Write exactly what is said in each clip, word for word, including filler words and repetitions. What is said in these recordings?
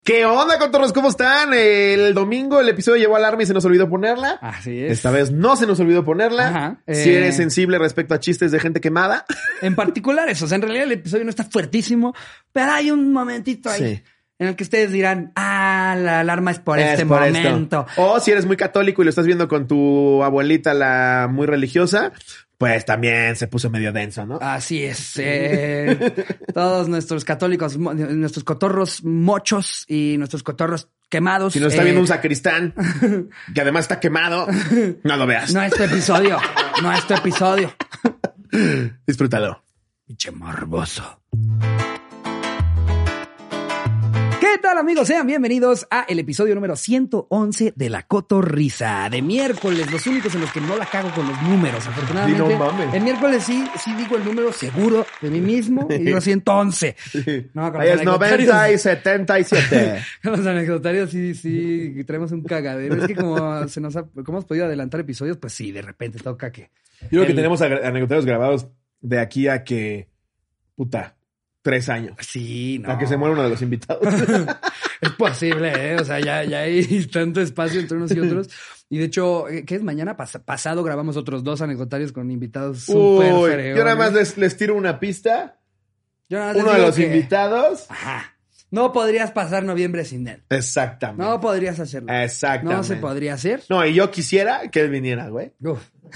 ¿Qué onda, cotorros? ¿Cómo están? El domingo el episodio llegó alarma y se nos olvidó ponerla. Así es. Esta vez no se nos olvidó ponerla. Ajá, eh... Si eres sensible respecto a chistes de gente quemada. En particular eso. O sea, en realidad el episodio no está fuertísimo, pero hay un momentito ahí sí. en el que ustedes dirán, ah, la alarma es por es este por momento. Esto. O si eres muy católico y lo estás viendo con tu abuelita, la muy religiosa, pues también se puso medio denso, ¿no? Así es. Eh, todos nuestros católicos, nuestros cotorros mochos y nuestros cotorros quemados. Si nos está eh, viendo un sacristán, que además está quemado, no lo veas. No es tu episodio. No es tu episodio. Disfrútalo. Pinche morboso. ¿Qué tal, amigos? Sean bienvenidos a el episodio número ciento once de La Cotorrisa. De miércoles, los únicos en los que no la cago con los números, afortunadamente. Sí, no mames. El miércoles sí, sí digo el número seguro de mí mismo y digo ciento once. No, ahí es noventa y setenta y siete. Con los anecdotarios sí, sí, traemos un cagadero. Es que como se nos ha, como hemos podido adelantar episodios, pues sí, de repente toca que... Yo creo el... que tenemos anecdotarios grabados de aquí a que... Puta... Tres años. Sí, no. A que se muera uno de los invitados. Es posible, ¿eh? O sea, ya, ya hay tanto espacio entre unos y otros. Y de hecho, ¿qué es? Mañana pas- pasado grabamos otros dos anecdotarios con invitados súper fregones. Yo nada más les, les tiro una pista. Yo nada más uno les de los que... invitados. Ajá. No podrías pasar noviembre sin él. Exactamente. No podrías hacerlo. Exactamente. No se podría hacer. No, y yo quisiera que él viniera, güey. Uf.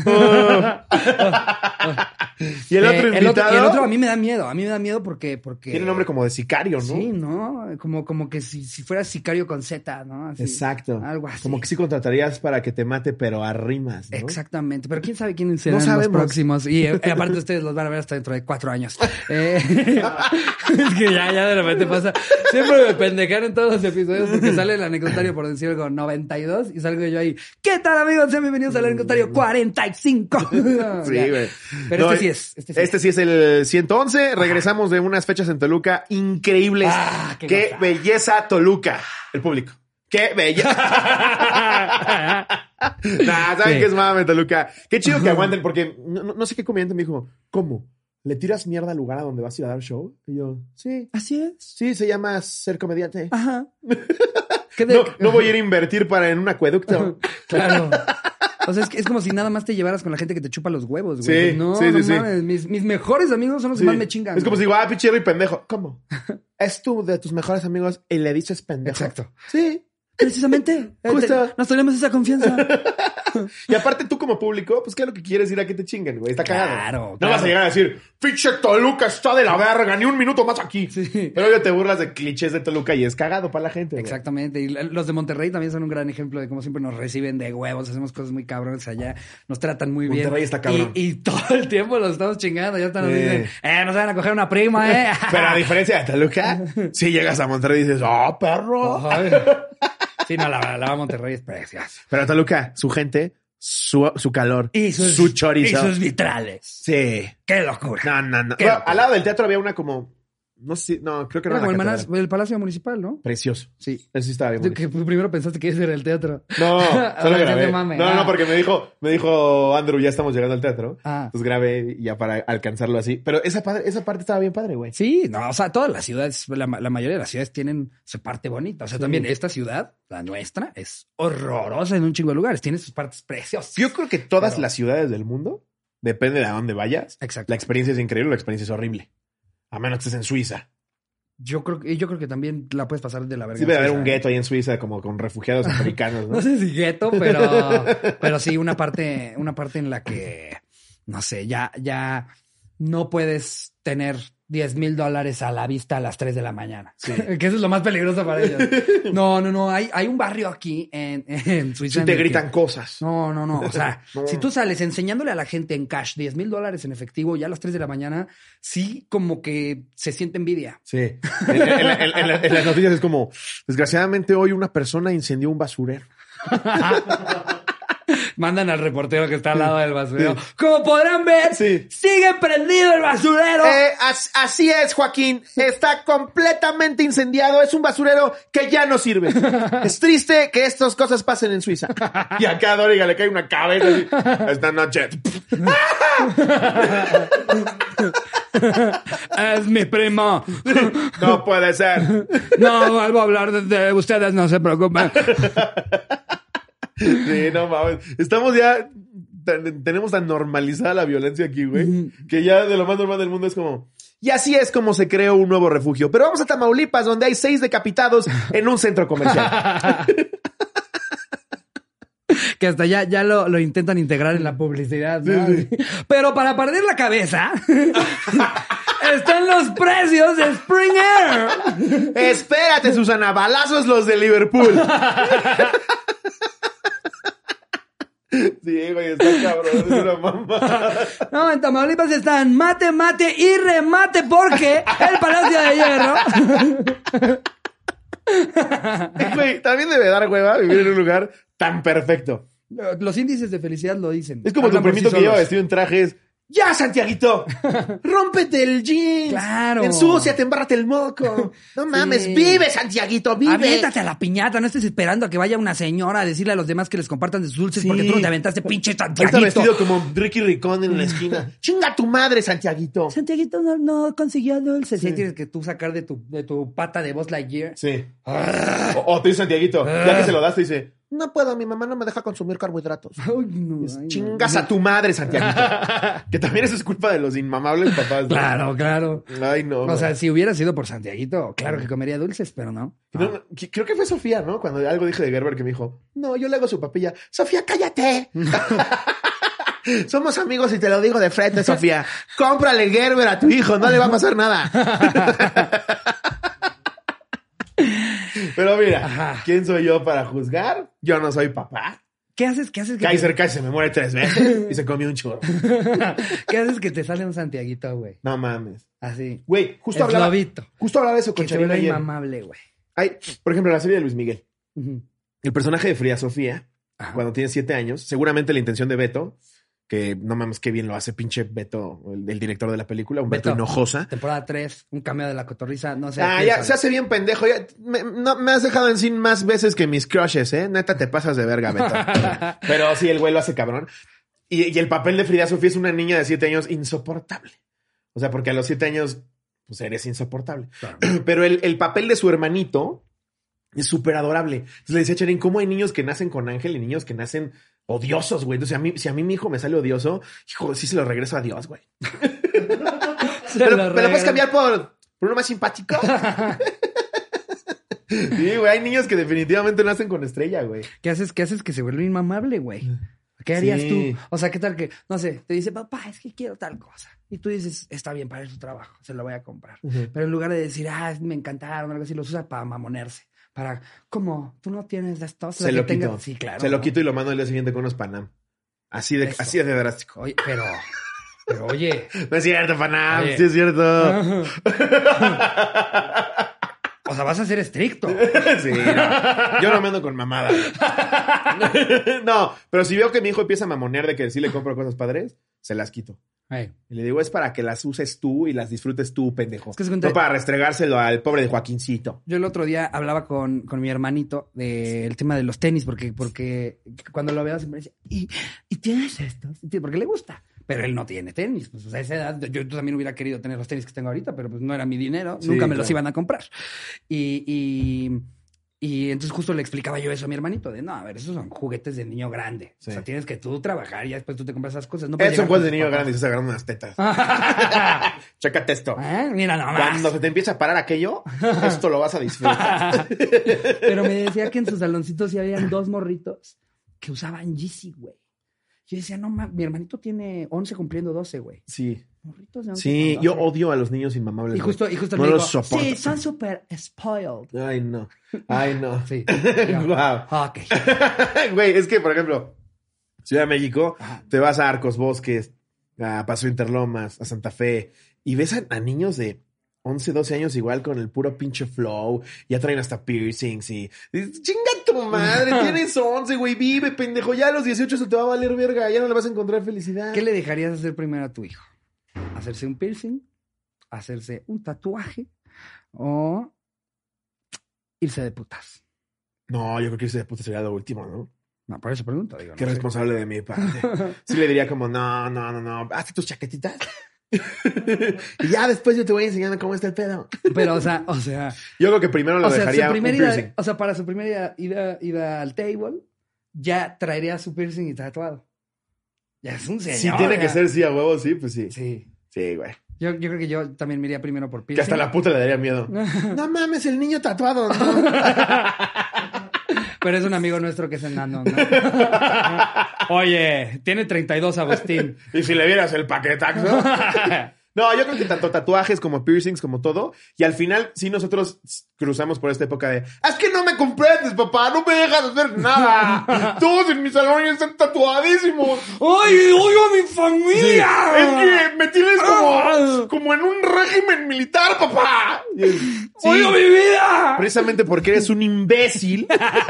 Y el eh, otro invitado. El otro, y el otro a mí me da miedo. A mí me da miedo porque. porque... Tiene nombre como de sicario, ¿no? Sí, ¿no? Como, como que si, si fuera sicario con Z, ¿no? Así, exacto. Algo así. Como que sí contratarías para que te mate, pero a rimas, ¿no? Exactamente. Pero quién sabe quiénes serán no los próximos. Y eh, aparte ustedes los van a ver hasta dentro de cuatro años. Eh, es que ya, ya de repente pasa. Siempre me pendejaron todos los episodios porque sale el anecdotario, por decir algo, noventa y dos y salgo yo ahí. ¿Qué tal, amigos? Sean bienvenidos al anecdotario cuarenta y cinco. Sí, güey. Pero no, este sí es. Este sí, este sí es el ciento once. Ajá. Regresamos de unas fechas en Toluca increíbles. Ah, qué qué belleza Toluca. El público. Qué belleza. Nah, ¿saben sí. qué es mame, Toluca? Qué chido que aguanten, porque no, no sé qué comediante me dijo, ¿cómo? ¿Le tiras mierda al lugar a donde vas a ir a dar show? Y yo, sí. ¿Así es? Sí, se llama ser comediante. Ajá. ¿Qué de... no, no voy a ir a invertir para en un acueducto. Claro. O sea, es, que es como si nada más te llevaras con la gente que te chupa los huevos, güey. Sí, no, sí, no sí, mames. Sí. Mis, mis mejores amigos son los sí. que más me chingan. Es como si digo, ah, pichero y pendejo. ¿Cómo? ¿Es tú de tus mejores amigos y le dices pendejo? Exacto. Sí. Precisamente. Justo. Nos tenemos esa confianza. Y aparte tú como público, pues claro que quieres ir a que te chinguen, güey. Está cagado. Claro, no claro. vas a llegar a decir, pinche Toluca está de la verga, ni un minuto más aquí. Sí. Pero yo te burlas de clichés de Toluca y es cagado para la gente. Exactamente. Güey. Y los de Monterrey también son un gran ejemplo de cómo siempre nos reciben de huevos. Hacemos cosas muy cabrones allá. Nos tratan muy Monterrey bien. Monterrey está cabrón. Y, y todo el tiempo los estamos chingando. Ya están nos dicen, eh, nos van a coger una prima, eh. Pero a diferencia de Toluca, si llegas a Monterrey y dices, oh, perro. Ay. Sí, no, la, la Monterrey es preciosa. Pero Toluca, su gente, su, su calor, y sus, su chorizo. Y sus vitrales. Sí. ¡Qué locura! No, no, no. Qué Bueno, locura. Al lado del teatro había una como... No sé, no, creo que no era era como la el, Manas, el Palacio Municipal, ¿no? Precioso. Sí. Eso sí estaba bien. Que primero pensaste que ese era el teatro. No, solo grabé. Mame. No, ah. no, porque me dijo, me dijo Andrew, ya estamos llegando al teatro. Ah. Entonces grabé ya para alcanzarlo así. Pero esa, padre, esa parte estaba bien padre, güey. Sí, no, o sea, todas las ciudades, la, la mayoría de las ciudades tienen su parte bonita. O sea, sí. También esta ciudad, la nuestra, es horrorosa en un chingo de lugares. Tiene sus partes preciosas. Yo creo que todas Pero... las ciudades del mundo, depende de a dónde vayas. Exacto. La experiencia es increíble, la experiencia es horrible. A menos que estés en Suiza. Yo creo, yo creo que también la puedes pasar de la verga. Sí, debe haber un gueto ahí en Suiza como con refugiados africanos, ¿no? No sé si gueto, pero, pero sí una parte, una parte en la que, no sé, ya, ya no puedes tener diez mil dólares a la vista a las tres de la mañana. Sí. Que eso es lo más peligroso para ellos. No, no, no. Hay, hay un barrio aquí en, en Suiza. Sí, te en gritan que... cosas. No, no, no. O sea, no. Si tú sales enseñándole a la gente en cash diez mil dólares en efectivo ya a las tres de la mañana, sí como que se siente envidia. Sí. En, en, en, en, en las noticias es como, desgraciadamente hoy una persona incendió un basurero. mandan al reportero que está al lado del basurero. Sí. Como podrán ver, sí. sigue prendido el basurero. Eh, as, así es, Joaquín. Está completamente incendiado. Es un basurero que ya no sirve. Es triste que estas cosas pasen en Suiza. Y acá a Doriga le cae una cabeza así. Esta noche. Es mi primo. No puede ser. No vuelvo a hablar de, de ustedes, no se preocupen. Sí, no mames. Estamos ya... Tan, tenemos tan normalizada la violencia aquí, güey, mm. que ya de lo más normal del mundo es como... Y así es como se creó un nuevo refugio. Pero vamos a Tamaulipas, donde hay seis decapitados en un centro comercial. Que hasta ya, ya lo, lo intentan integrar en la publicidad, ¿no? Sí, sí. Pero para perder la cabeza... Están los precios de Spring Air. Espérate, Susana, balazos los de Liverpool. Sí, güey, está cabrón, es una mamá. No, en Tamaulipas están mate, mate y remate porque el Palacio de Hierro. Güey, también debe dar hueva vivir en un lugar tan perfecto. Los índices de felicidad lo dicen. Es como tu primito sí que lleva vestido en trajes. ¡Ya, Santiaguito! ¡Rómpete el jeans! ¡Claro! ¡Ensúciate, embárrate el moco! ¡No mames! Sí. ¡Vive, Santiaguito, vive! Aviéntate a la piñata, no estés esperando a que vaya una señora a decirle a los demás que les compartan de sus dulces sí. porque tú no te aventaste, pinche Santiaguito. Está vestido como Ricky Ricón en la esquina. ¡Chinga tu madre, Santiaguito! Santiaguito no, no consiguió dulces. Sí. Sí, tienes que tú sacar de tu, de tu pata de Buzz Lightyear. Sí. Ah. O, o te dice Santiaguito, ah. ya que se lo das, te dice... No puedo, mi mamá no me deja consumir carbohidratos. Ay, no, ay, Chingas no. a tu madre, Santiaguito. Que también eso es culpa de los inmamables papás, ¿no? Claro, claro. Ay, no. O no. sea, si hubiera sido por Santiaguito, claro que comería dulces, pero no. no, no creo que fue Sofía, ¿no? Cuando algo dije de Gerber que me dijo, no, yo le hago su papilla. Sofía, cállate. Somos amigos y te lo digo de frente, Sofía. Cómprale Gerber a tu hijo, no le va a pasar nada. Pero mira, ajá. ¿Quién soy yo para juzgar? Yo no soy papá. ¿Qué haces? ¿Qué haces? Que Kaiser te... casi se me muere tres veces y se comió un churro. ¿Qué haces que te sale un Santiaguito, güey? No mames. Así. Güey, justo el hablaba... Globito. Justo hablaba eso con Charina ayer. Inmamable, güey. Hay, por ejemplo, la serie de Luis Miguel. Uh-huh. El personaje de Frida Sofía, ajá. cuando tiene siete años, seguramente la intención de Beto... Que no mames, qué bien lo hace pinche Beto, el, el director de la película, Humberto Beto, Hinojosa. Temporada tres, un cameo de La Cotorrisa, no sé. Ah, ya, se hace bien pendejo. Ya, me, no, me has dejado en sin más veces que mis crushes, ¿eh? Neta, te pasas de verga, Beto. Pero sí, el güey lo hace cabrón. Y, y el papel de Frida Sofía es una niña de siete años insoportable. O sea, porque a los siete años, pues eres insoportable. Claro. Pero el, el papel de su hermanito es súper adorable. Entonces le decía a Charín, ¿cómo hay niños que nacen con ángel y niños que nacen odiosos, güey? Entonces, a mí, si a mí mi hijo me sale odioso, hijo, sí se lo regreso a Dios, güey. ¿Me lo, ¿Me lo puedes cambiar por, por uno más simpático? Sí, güey, hay niños que definitivamente nacen con estrella, güey. ¿Qué haces? ¿Qué haces que se vuelve inmamable, güey? ¿Qué harías sí. tú? O sea, ¿qué tal que, no sé, te dice, papá, es que quiero tal cosa? Y tú dices, está bien, para su trabajo, se lo voy a comprar. Uh-huh. Pero en lugar de decir, ah, me encantaron, algo así, los usa para mamonearse. Para, ¿cómo? ¿Tú no tienes de estos? Se lo quito. Tenga... Sí, claro. Se lo quito y lo mando al día siguiente con unos Panam. Así de, así de drástico. Oye, pero... Pero, oye... No es cierto, Panam. Oye. Sí es cierto. O sea, vas a ser estricto. Sí, no. Yo no me ando con mamada. No, pero si veo que mi hijo empieza a mamonear de que sí le compro cosas padres, se las quito. Ay. Y le digo, es para que las uses tú y las disfrutes tú, pendejo. Es que cuenta... No para restregárselo al pobre de Joaquincito. Yo el otro día hablaba con, con mi hermanito del de tema de los tenis, porque, porque cuando lo veo siempre decía, ¿y, ¿y tienes estos? Porque le gusta. Pero él no tiene tenis. Pues, o sea, a esa edad yo, yo también hubiera querido tener los tenis que tengo ahorita, pero pues no era mi dinero. Sí, Nunca me claro. los iban a comprar. Y... y... Y entonces justo le explicaba yo eso a mi hermanito, de no, a ver, esos son juguetes de niño grande. Sí. O sea, tienes que tú trabajar y después tú te compras esas cosas. No esos son juguetes de niño grande y estás agarrando unas tetas. Chécate esto. ¿Eh? Mira nomás. Cuando se te empieza a parar aquello, esto lo vas a disfrutar. Pero me decía que en sus saloncitos sí habían dos morritos que usaban Yeezy, güey. Yo decía, no, ma, mi hermanito tiene once cumpliendo doce, güey. Sí. Morritos de once. Sí, yo odio a los niños inmamables. Y justo, y justo no me los dijo, soporto. sí, son súper spoiled. Ay, no. Ay, no. Sí. Wow. Ok. Güey, es que, por ejemplo, Ciudad de México, ajá, te vas a Arcos Bosques, a Paso Interlomas, a Santa Fe, y ves a, a niños de once, doce años igual con el puro pinche flow. Ya traen hasta piercings y... ¡Chinga tu madre! Tienes once, güey. Vive, pendejo. Ya a los dieciocho se te va a valer verga. Ya no le vas a encontrar felicidad. ¿Qué le dejarías hacer primero a tu hijo? ¿Hacerse un piercing? ¿Hacerse un tatuaje? ¿O irse de putas? No, yo creo que irse de putas sería lo último, ¿no? No, por eso pregunto, digo. Qué no responsable sé. de mi parte. Sí le diría como, no, no, no, no. Hazte tus chaquetitas. Y ya después yo te voy enseñando cómo está el pedo. Pero, o sea, o sea... Yo creo que primero lo o sea, dejaría su un primer piercing. ida, o sea, para su primera ida, ida al table, ya traería su piercing y tatuado. Ya es un señor. Si tiene ya. que ser sí a huevo, sí, pues sí. Sí. Sí, güey. Yo, yo creo que yo también me iría primero por piercing. Que hasta la puta le daría miedo. No mames, el niño tatuado, ¿no? Pero es un amigo nuestro que es enano, ¿no? Oye, tiene treinta y dos, Agustín. Y si le vieras el paquetazo. No, yo creo que tanto tatuajes como piercings, como todo. Y al final, sí, nosotros cruzamos por esta época de... Es que no me comprendes, papá. No me dejas hacer nada. Todos en mi salón ya están tatuadísimos. ¡Ay, odio a mi familia! Sí, es que me tienes como, como en un régimen militar, papá. Sí, ¡Odio mi vida! precisamente porque eres un imbécil.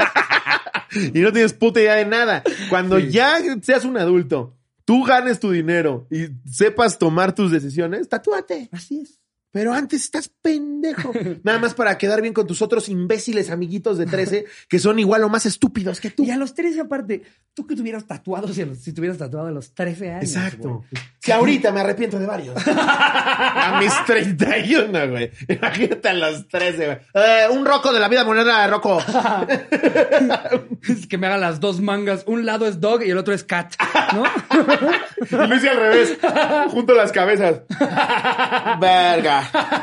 Y no tienes puta idea de nada. Cuando Sí. ya seas un adulto... Tú ganes tu dinero y sepas tomar tus decisiones, tatúate. Así es. Pero antes estás pendejo. Nada más para quedar bien con tus otros imbéciles amiguitos de trece que son igual o más estúpidos que tú. Y a los trece, aparte, tú que tuvieras tatuado si, a los- si tuvieras tatuado a los trece años. Exacto. Güey. Que ahorita me arrepiento de varios. A mis treinta y uno, güey. Imagínate a los trece, güey. Eh, un roco de la vida moderna de Rocco. Es que me hagan las dos mangas. Un lado es dog y el otro es cat, ¿no? Y lo hice al revés. Junto las cabezas. Verga.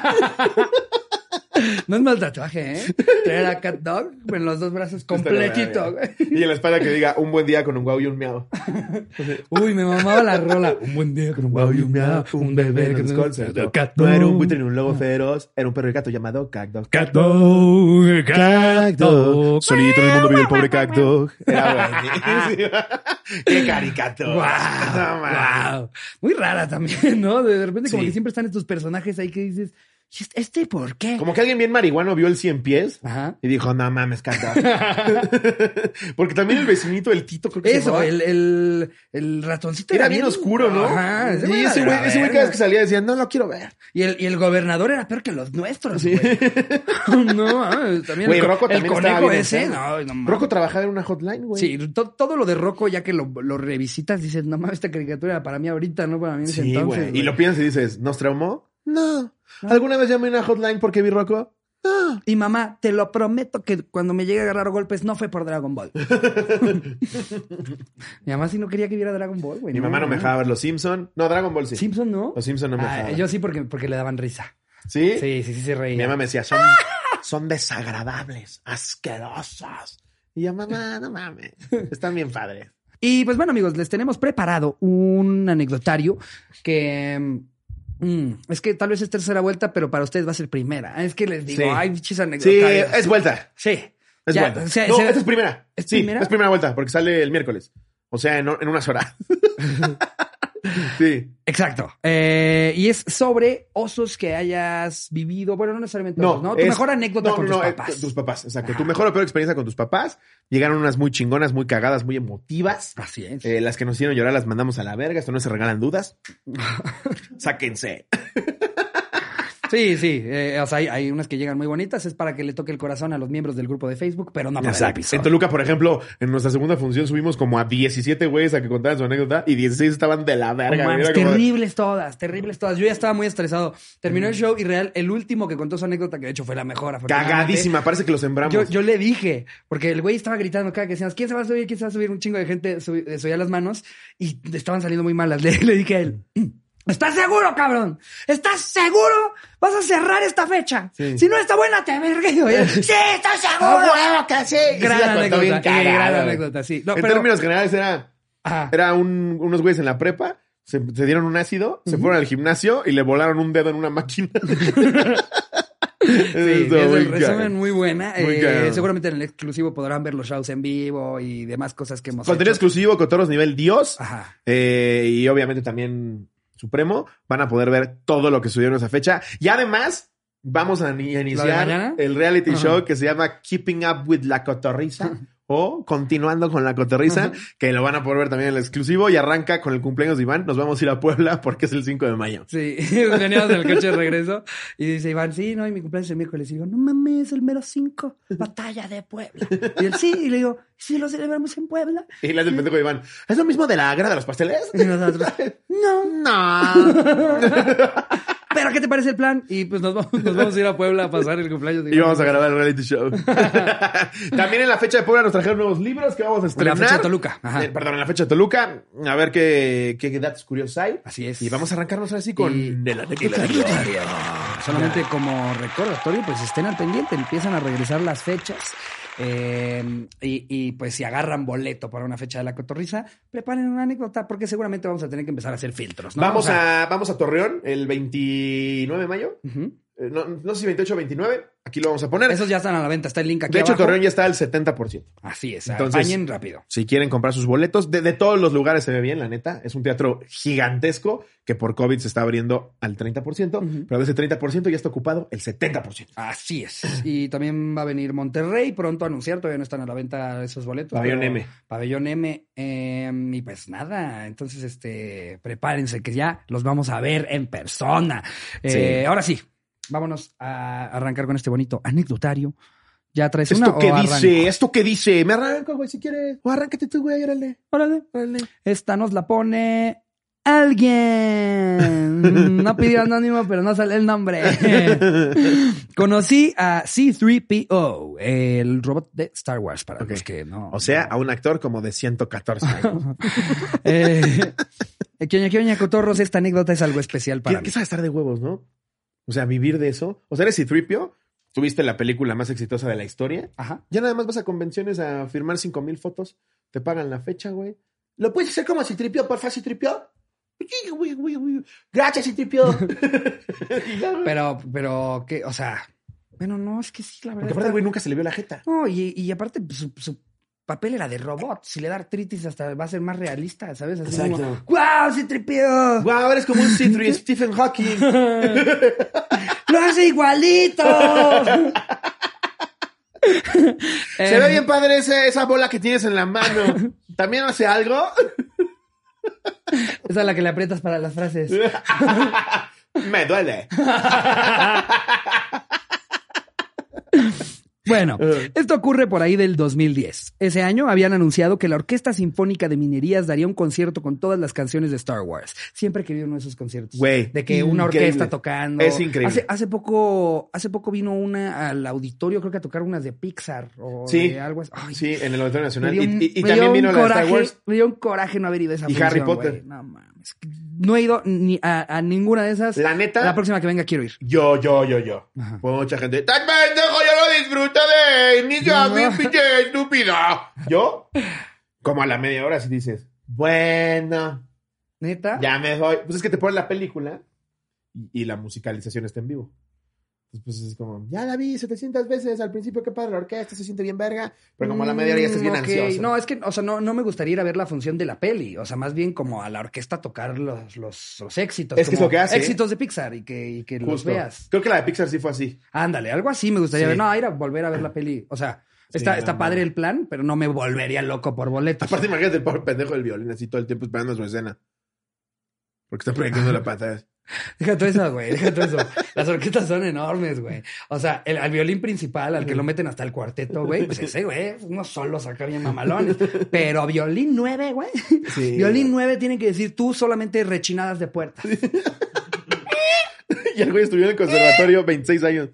No es mal tatuaje, ¿eh? Traer a cat dog en los dos brazos completito, güey. Y en la espalda que diga un buen día con un guau y un miau. Uy, me mamaba la rola. Un buen día con un guau y un miau. Un bebé que nos nos concert. No era un buitre ni un lobo feroz, era un perro y gato llamado Cactus. Cacto, cacto. Solito en el mundo vive el pobre Cactus. Era buenísimo. Qué caricatura. Wow, No mames. wow. Muy rara también, ¿no? De repente como Sí. que siempre están estos personajes ahí que dices, "¿Y este- ¿este por qué?" Como que alguien bien marihuano vio el cien pies Ajá. y dijo, no mames, Cactus. Porque también el vecinito, el Tito, creo que se Eso, llamaba, el, el, el ratoncito era bien oscuro, ¿no? Ajá. Sí, ese era güey, ese güey verga. cada vez que salía decía, no lo quiero ver. Y el, y el gobernador era peor que los nuestros, Sí. güey. No, ah, también Güey, el, co- Rocco el también estaba conejo bien ese, enfermo. no, no mames. Rocco trabajaba en una hotline, güey. Sí, to- todo lo de Rocco, ya que lo, lo revisitas, dices, no mames, esta caricatura era para mí ahorita, no para mí en ese Sí, entonces. güey. Y lo piensas y dices, ¿nos traumó? No. ¿Alguna vez llamé a una hotline porque vi Rocco? No. Y mamá, te lo prometo que cuando me llegue a agarrar golpes no fue por Dragon Ball. Mi mamá sí no quería que viera Dragon Ball, güey. Mi mamá no me dejaba ver Los Simpson. No, Dragon Ball sí. Simpson, ¿no? Los Simpson no me Ah, dejaban. yo sí porque, porque le daban risa. ¿Sí? Sí, sí, sí se reía. Mi mamá me decía, son, son desagradables, asquerosos. Y yo, mamá, no mames. Están bien padres. Y pues bueno, amigos, les tenemos preparado un anecdotario que... mm, es que tal vez es tercera vuelta, pero para ustedes va a ser primera. Es que les digo, Sí. hay bichos Sí, anecdotarios. es vuelta. Sí. Es Ya, vuelta. o sea, no, se- esta es primera. ¿Es sí, primera? es primera vuelta, porque sale el miércoles. O sea, en, en unas horas. Sí. Exacto. Eh, y es sobre osos que hayas vivido. Bueno, no necesariamente No, osos, ¿no? Tu es- mejor anécdota no, con no, tus eh, papás. tus papás, exacto. Tu mejor o peor experiencia con tus papás. Llegaron unas muy chingonas, muy cagadas, muy emotivas. Así es. Eh, las que nos hicieron llorar las mandamos a la verga. Esto no se regalan dudas. Sáquense. Sí, sí. Eh, o sea, hay, hay unas que llegan muy bonitas. Es para que le toque el corazón a los miembros del grupo de Facebook, pero no para el Exacto. episodio. En Toluca, por ejemplo, en nuestra segunda función subimos como a diecisiete güeyes a que contaran su anécdota y dieciséis estaban de la verga. No mames, Era como- terribles todas, terribles todas. Yo ya estaba muy estresado. Terminó el show y real, el último que contó su anécdota, que de hecho fue la mejor, afortunadamente. Cagadísima, parece que lo sembramos. Yo, yo le dije, porque el güey estaba gritando cada que decíamos, ¿quién se va a subir? ¿Quién se va a subir? Un chingo de gente subi- eh, subía las manos y le estaban saliendo muy malas. Le, le dije a él, ¿estás seguro, cabrón? ¿Estás seguro? ¿Vas a cerrar esta fecha? Sí. Si no está buena, te verga. Y yo, sí, estoy seguro. ¡Ah, huevo, que sí! Y sí Gran la contó bien anécdota, eh, cagada, gran güey. anécdota, sí. No, En pero- términos generales era, Ajá. era un- unos güeyes en la prepa, se, se dieron un ácido, se fueron al gimnasio y le volaron un dedo en una máquina. Sí, Estuvo es muy el cagado. resumen muy buena. Muy Eh, cagado. seguramente en el exclusivo podrán ver los shows en vivo y demás cosas que hemos Contenido hecho. exclusivo, Cotorros nivel Dios. Ajá. Eh, y obviamente también Supremo. Van a poder ver todo lo que subieron esa fecha. Y además, vamos a, ni- a ¿Lo de iniciar mañana? el reality Ajá. show que se llama Keeping Up with la Cotorrisa o Continuando con la Cotorrisa, Ajá. que lo van a poder ver también en el exclusivo y arranca con el cumpleaños de Iván. Nos vamos a ir a Puebla porque es el cinco de mayo. Sí, veníamos en el coche de regreso y dice Iván, sí, no, y mi cumpleaños es el miércoles. Y digo, no mames, el mero cinco, batalla de Puebla. Y él, sí, y le digo, sí, lo celebramos en Puebla. Y le hace el pendejo de Iván. ¿Es lo mismo de la guerra de los pasteles? Y nosotros, no. No. ¿Pero qué te parece el plan? Y pues nos vamos, nos vamos a ir a Puebla a pasar el cumpleaños de Y Iván. vamos a grabar el reality show. También en la fecha de Puebla nos trajeron nuevos libros que vamos a En la estrenar. fecha de Toluca. Ajá. Eh, perdón, en la fecha de Toluca. A ver qué, qué datos curiosos hay. Así es. Y vamos a arrancarnos así con Y- el anecdotario. Solamente como recordatorio, pues estén al pendiente, empiezan a regresar las fechas. Eh, y, y, pues si agarran boleto para una fecha de la Cotorrisa, preparen una anécdota porque seguramente vamos a tener que empezar a hacer filtros, ¿no? Vamos, O sea, a, vamos a Torreón el veintinueve de mayo. ujú. Eh, No, no sé si veintiocho o veintinueve. Aquí lo vamos a poner. Esos ya están a la venta, está el link aquí de hecho, abajo. Torreón ya está al setenta por ciento. Así es, Entonces, apañen rápido. Si quieren comprar sus boletos, de, de todos los lugares se ve bien, la neta. Es un teatro gigantesco que por COVID se está abriendo al treinta por ciento, Ujú. pero de ese treinta por ciento ya está ocupado el setenta por ciento. Así es. Y también va a venir Monterrey pronto a anunciar, todavía no están a la venta esos boletos. Pabellón pero- M. Pabellón M. eh, y pues nada, entonces este, prepárense que ya los vamos a ver en persona. Eh, Sí. Ahora sí, vámonos a arrancar con este bonito anecdotario. ¿Ya traes ¿Esto una qué o dice? arranco? ¿Esto qué dice? Me arranco, güey, si quieres. O arráncate tú, güey, órale. Órale. Órale. Esta nos la pone alguien. No pidió anónimo, pero no sale el nombre. Conocí a C tres P O, el robot de Star Wars, para Ok. los que no. O sea, a un actor como de ciento catorce años. eh, ¿Qué oña, qué oña, cotorros? Esta anécdota es algo especial para ¿Qué, mí. qué sabe estar de huevos, no? O sea, vivir de eso. O sea, eres C tres P O, tuviste la película más exitosa de la historia. Ajá. Ya nada más vas a convenciones a firmar cinco mil fotos. Te pagan la fecha, güey. ¿Lo puedes hacer como C tres P O, porfa, C tres P O? Sí, güey, güey, güey. Gracias, C tres P O. Y ya, güey. Pero, pero, ¿qué? O sea, bueno, no, es que sí, la verdad. Porque aparte, está- güey, nunca se le vio la jeta. No, y, y aparte, pues, su, su papel era de robot. Si le da artritis, hasta va a ser más realista, ¿sabes? Así Exacto. como, ¡guau, se tripió! Wow, eres como un C tres Stephen Hawking. ¡Lo hace igualito! Se Eh, ve bien padre esa, esa bola que tienes en la mano. ¿También hace algo? Esa es la que le aprietas para las frases. Me duele. Bueno, esto ocurre por ahí del dos mil diez. Ese año habían anunciado que la Orquesta Sinfónica de Minerías daría un concierto con todas las canciones de Star Wars. Siempre he querido uno de esos conciertos. Güey, De que una increíble. orquesta tocando. Es increíble. Hace, hace poco, hace poco vino una al auditorio, creo que a tocar unas de Pixar o Sí. de algo así. Ay, Sí, en el Auditorio me Nacional. dio Y, un- y- y me también dio vino un la de coraje, Star Wars. Me dio un coraje no haber ido a esa Y función, Harry Potter. güey. No mames. No he ido ni a, a ninguna de esas. La neta. La próxima que venga quiero ir. Yo, yo, yo, yo. Ajá. Mucha gente. ¡Tan pendejo! Yo lo disfruto de inicio a fin, No. pinche estúpido. Yo, como a la media hora, si dices, bueno, ¿Neta? ya me voy. Pues es que te ponen la película y, y la musicalización está en vivo. Entonces, pues es como, ya la vi setecientas veces. Al principio, qué padre, la orquesta se siente bien verga. Pero como a la media hora ya estás bien Mm, ok. ansioso. No, es que, o sea, no, no me gustaría ir a ver la función de la peli. O sea, más bien como a la orquesta tocar los, los, los éxitos. Es que es como lo que hace, ¿eh? Éxitos de Pixar y que, y que los Justo. veas. Creo que la de Pixar sí fue así. Ándale, algo así me gustaría Sí. ver. No, ir a volver a ver la peli. O sea, está, Sí, está no, padre no. el plan, pero no me volvería loco por boletos. Aparte, imagínate el pobre pendejo del violín así todo el tiempo esperando su escena. Porque está proyectando la pantalla. Deja todo eso, güey. Deja todo eso. Las orquestas son enormes, güey. O sea, el, al violín principal, al que lo meten hasta el cuarteto, güey, pues ese, güey, unos solos acá bien mamalones. Pero violín nueve, güey. Sí. Violín nueve tienen que decir tú solamente rechinadas de puertas. Y el güey estudió en el conservatorio veintiséis años.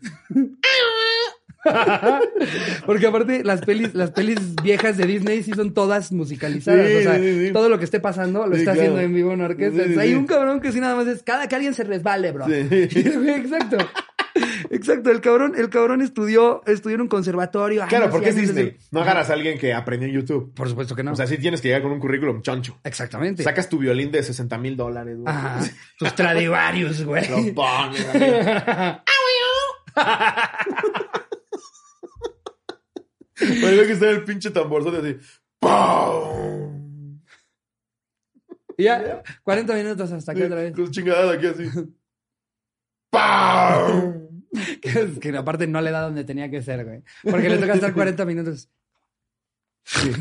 Porque aparte las pelis, las pelis viejas de Disney sí son todas musicalizadas. Sí, o sea, sí, sí. todo lo que esté pasando lo Sí, está claro. haciendo en vivo en orquesta. Sí, Entonces, hay sí. un cabrón que sí nada más es cada que alguien se resbale, bro. Sí. Exacto. Exacto. El cabrón, el cabrón estudió, estudió en un conservatorio. Claro, años y porque es años Disney. desde- No agarras a alguien que aprendió en YouTube. Por supuesto que no. O sea, sí tienes que llegar con un currículum choncho. Exactamente. Sacas tu violín de sesenta mil dólares, güey. Ajá. Tus Stradivarius, güey. Lo pones ahí. Oye, que está el pinche tamborzote así. ¡Pum! Y ya, cuarenta minutos hasta aquí otra vez. Con chingadas aquí así. ¡Pum! que, que aparte no le da donde tenía que ser, güey. Porque le toca estar cuarenta minutos. Sí.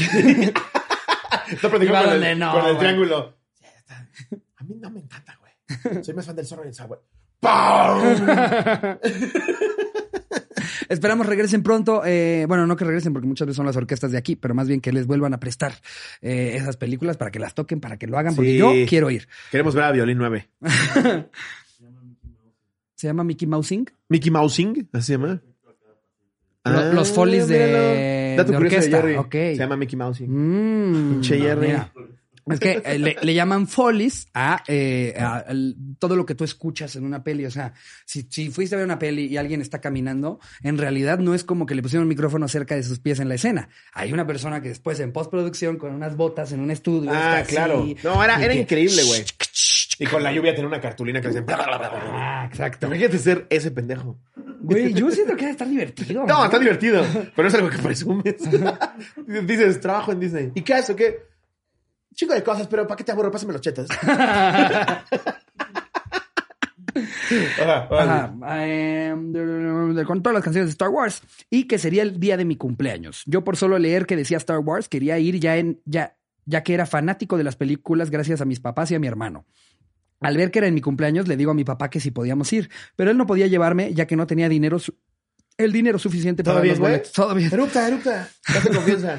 Está platicando con el, no, con el güey. triángulo. Sí, está. A mí no me encanta, güey. Soy más fan del zorro y el sabor. ¡Pam! Esperamos regresen pronto. Eh, bueno, no que regresen porque muchas veces son las orquestas de aquí, pero más bien que les vuelvan a prestar eh, esas películas para que las toquen, para que lo hagan, porque Sí. yo quiero ir. Queremos ver a Violín nueve. ¿Se llama Mickey Mousing? Mickey Mousing, ¿así se llama? Lo- los Follies de- míralo. Dato de curioso orquesta, Jerry. ok. Se llama Mickey Mousing. Mm, Pinche Jerry. mira. Es que eh, le, le llaman Follies a, eh, a- al- todo lo que tú escuchas en una peli. O sea, si, si fuiste a ver una peli y alguien está caminando, en realidad no es como que le pusieron un micrófono cerca de sus pies en la escena. Hay una persona que después en postproducción con unas botas en un estudio. Ah, está claro. así, No, era, y era que- increíble, güey. Y con la lluvia tenía una cartulina que decía... Ah, exacto. Imagínate ser ese pendejo. Güey, yo siento que debe estar divertido. No, está divertido. Pero es algo que presumes. Dices, trabajo en Disney. ¿Y qué haces o qué? Chico de cosas, pero ¿para qué te aburro? Pásame los chetos. Ajá, Ajá, eh, con todas las canciones de Star Wars y que sería el día de mi cumpleaños. Yo por solo leer que decía Star Wars quería ir ya en ya ya que era fanático de las películas gracias a mis papás y a mi hermano. Al ver que era en mi cumpleaños le digo a mi papá que si podíamos ir, pero él no podía llevarme ya que no tenía dinero su- el dinero suficiente para ¿Todo bien, los güey? boletos. Todo bien. Erupta, erupta. Date confianza.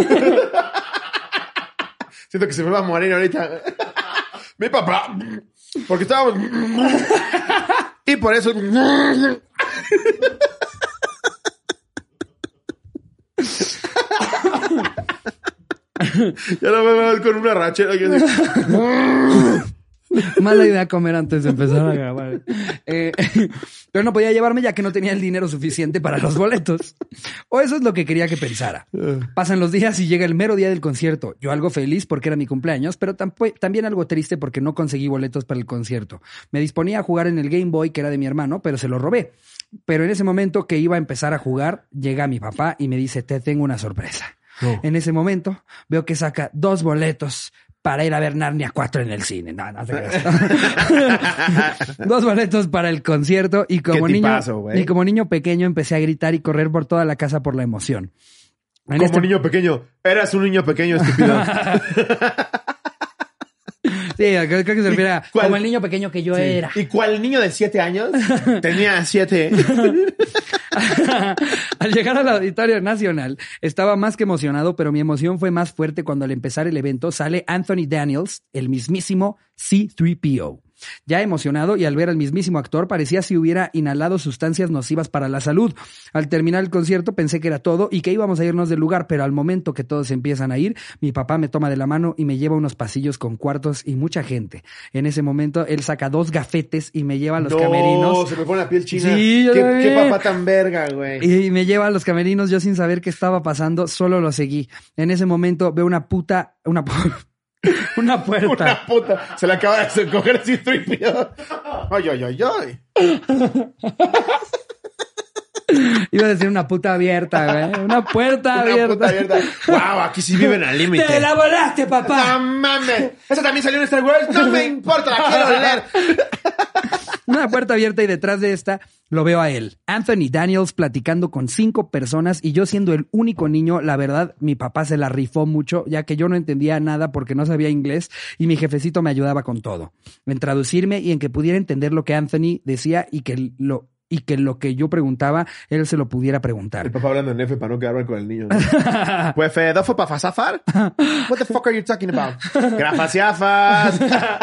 Siento que se me va a morir ahorita. Mi papá. Porque estábamos... Y por eso... Ya no me veo con una rachera. Que así... Mala idea comer antes de empezar a grabar. Eh, pero no podía llevarme ya que no tenía el dinero suficiente para los boletos. O eso es lo que quería que pensara. Pasan los días y llega el mero día del concierto. Yo algo feliz porque era mi cumpleaños, pero tampo- también algo triste porque no conseguí boletos para el concierto. Me disponía a jugar en el Game Boy que era de mi hermano, pero se lo robé. Pero en ese momento que iba a empezar a jugar, llega mi papá y me dice, te tengo una sorpresa. No. En ese momento veo que saca dos boletos para ir a ver Narnia cuatro en el cine. No, no se creas. Dos boletos para el concierto y como Qué niño tipazo, güey. y como niño pequeño empecé a gritar y correr por toda la casa por la emoción. En Como este- niño pequeño. Eras un niño pequeño, estúpido. Sí, creo que se refiere a ¿Cuál? como el niño pequeño que yo Sí. era. ¿Y cuál niño de siete años? Tenía siete. Al llegar al Auditorio Nacional, estaba más que emocionado, pero mi emoción fue más fuerte cuando al empezar el evento sale Anthony Daniels, el mismísimo C tres P O. Ya emocionado y al ver al mismísimo actor parecía si hubiera inhalado sustancias nocivas para la salud. Al terminar el concierto pensé que era todo y que íbamos a irnos del lugar, pero al momento que todos empiezan a ir, mi papá me toma de la mano y me lleva a unos pasillos con cuartos y mucha gente. En ese momento él saca dos gafetes y me lleva a los No, camerinos. se me pone la piel china. Sí, yo ¿Qué, también. qué papá tan verga, güey. Y me lleva a los camerinos, yo sin saber qué estaba pasando, solo lo seguí. En ese momento veo una puta, una, pu- una puerta. Una puta. Se le acaba de coger así C tres P O. Ay, ay, ay, ay. Iba a decir una puta abierta, güey. Una puerta Una abierta. puta abierta. Wow, aquí sí viven al límite. ¡Te la volaste, papá! ¡No mames! Esa también salió en Star Wars. No me importa, la quiero leer. Una puerta abierta y detrás de esta lo veo a él, Anthony Daniels, platicando con cinco personas y yo siendo el único niño, la verdad, mi papá se la rifó mucho, ya que yo no entendía nada porque no sabía inglés y mi jefecito me ayudaba con todo, en traducirme y en que pudiera entender lo que Anthony decía y que lo y que lo que yo preguntaba, él se lo pudiera El preguntar. papá hablando en F para no quedar con el niño. ¿No? Pues, eh, ¿dos fue para fasafar? What the fuck are you talking about? Grafasiafas.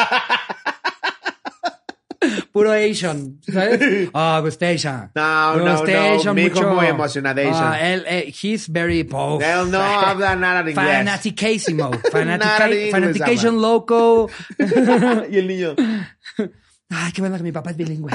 Puro Asian, ¿sabes? Ah, Gustation. No, no, no, mi hijo muy emocionadation. Ah, él, eh, he's very poor. Él no habla nada de inglés. Fanaticísimo. Nada de inglés Fanatication habla. loco. Y el niño. Ay, qué bueno que mi papá es bilingüe.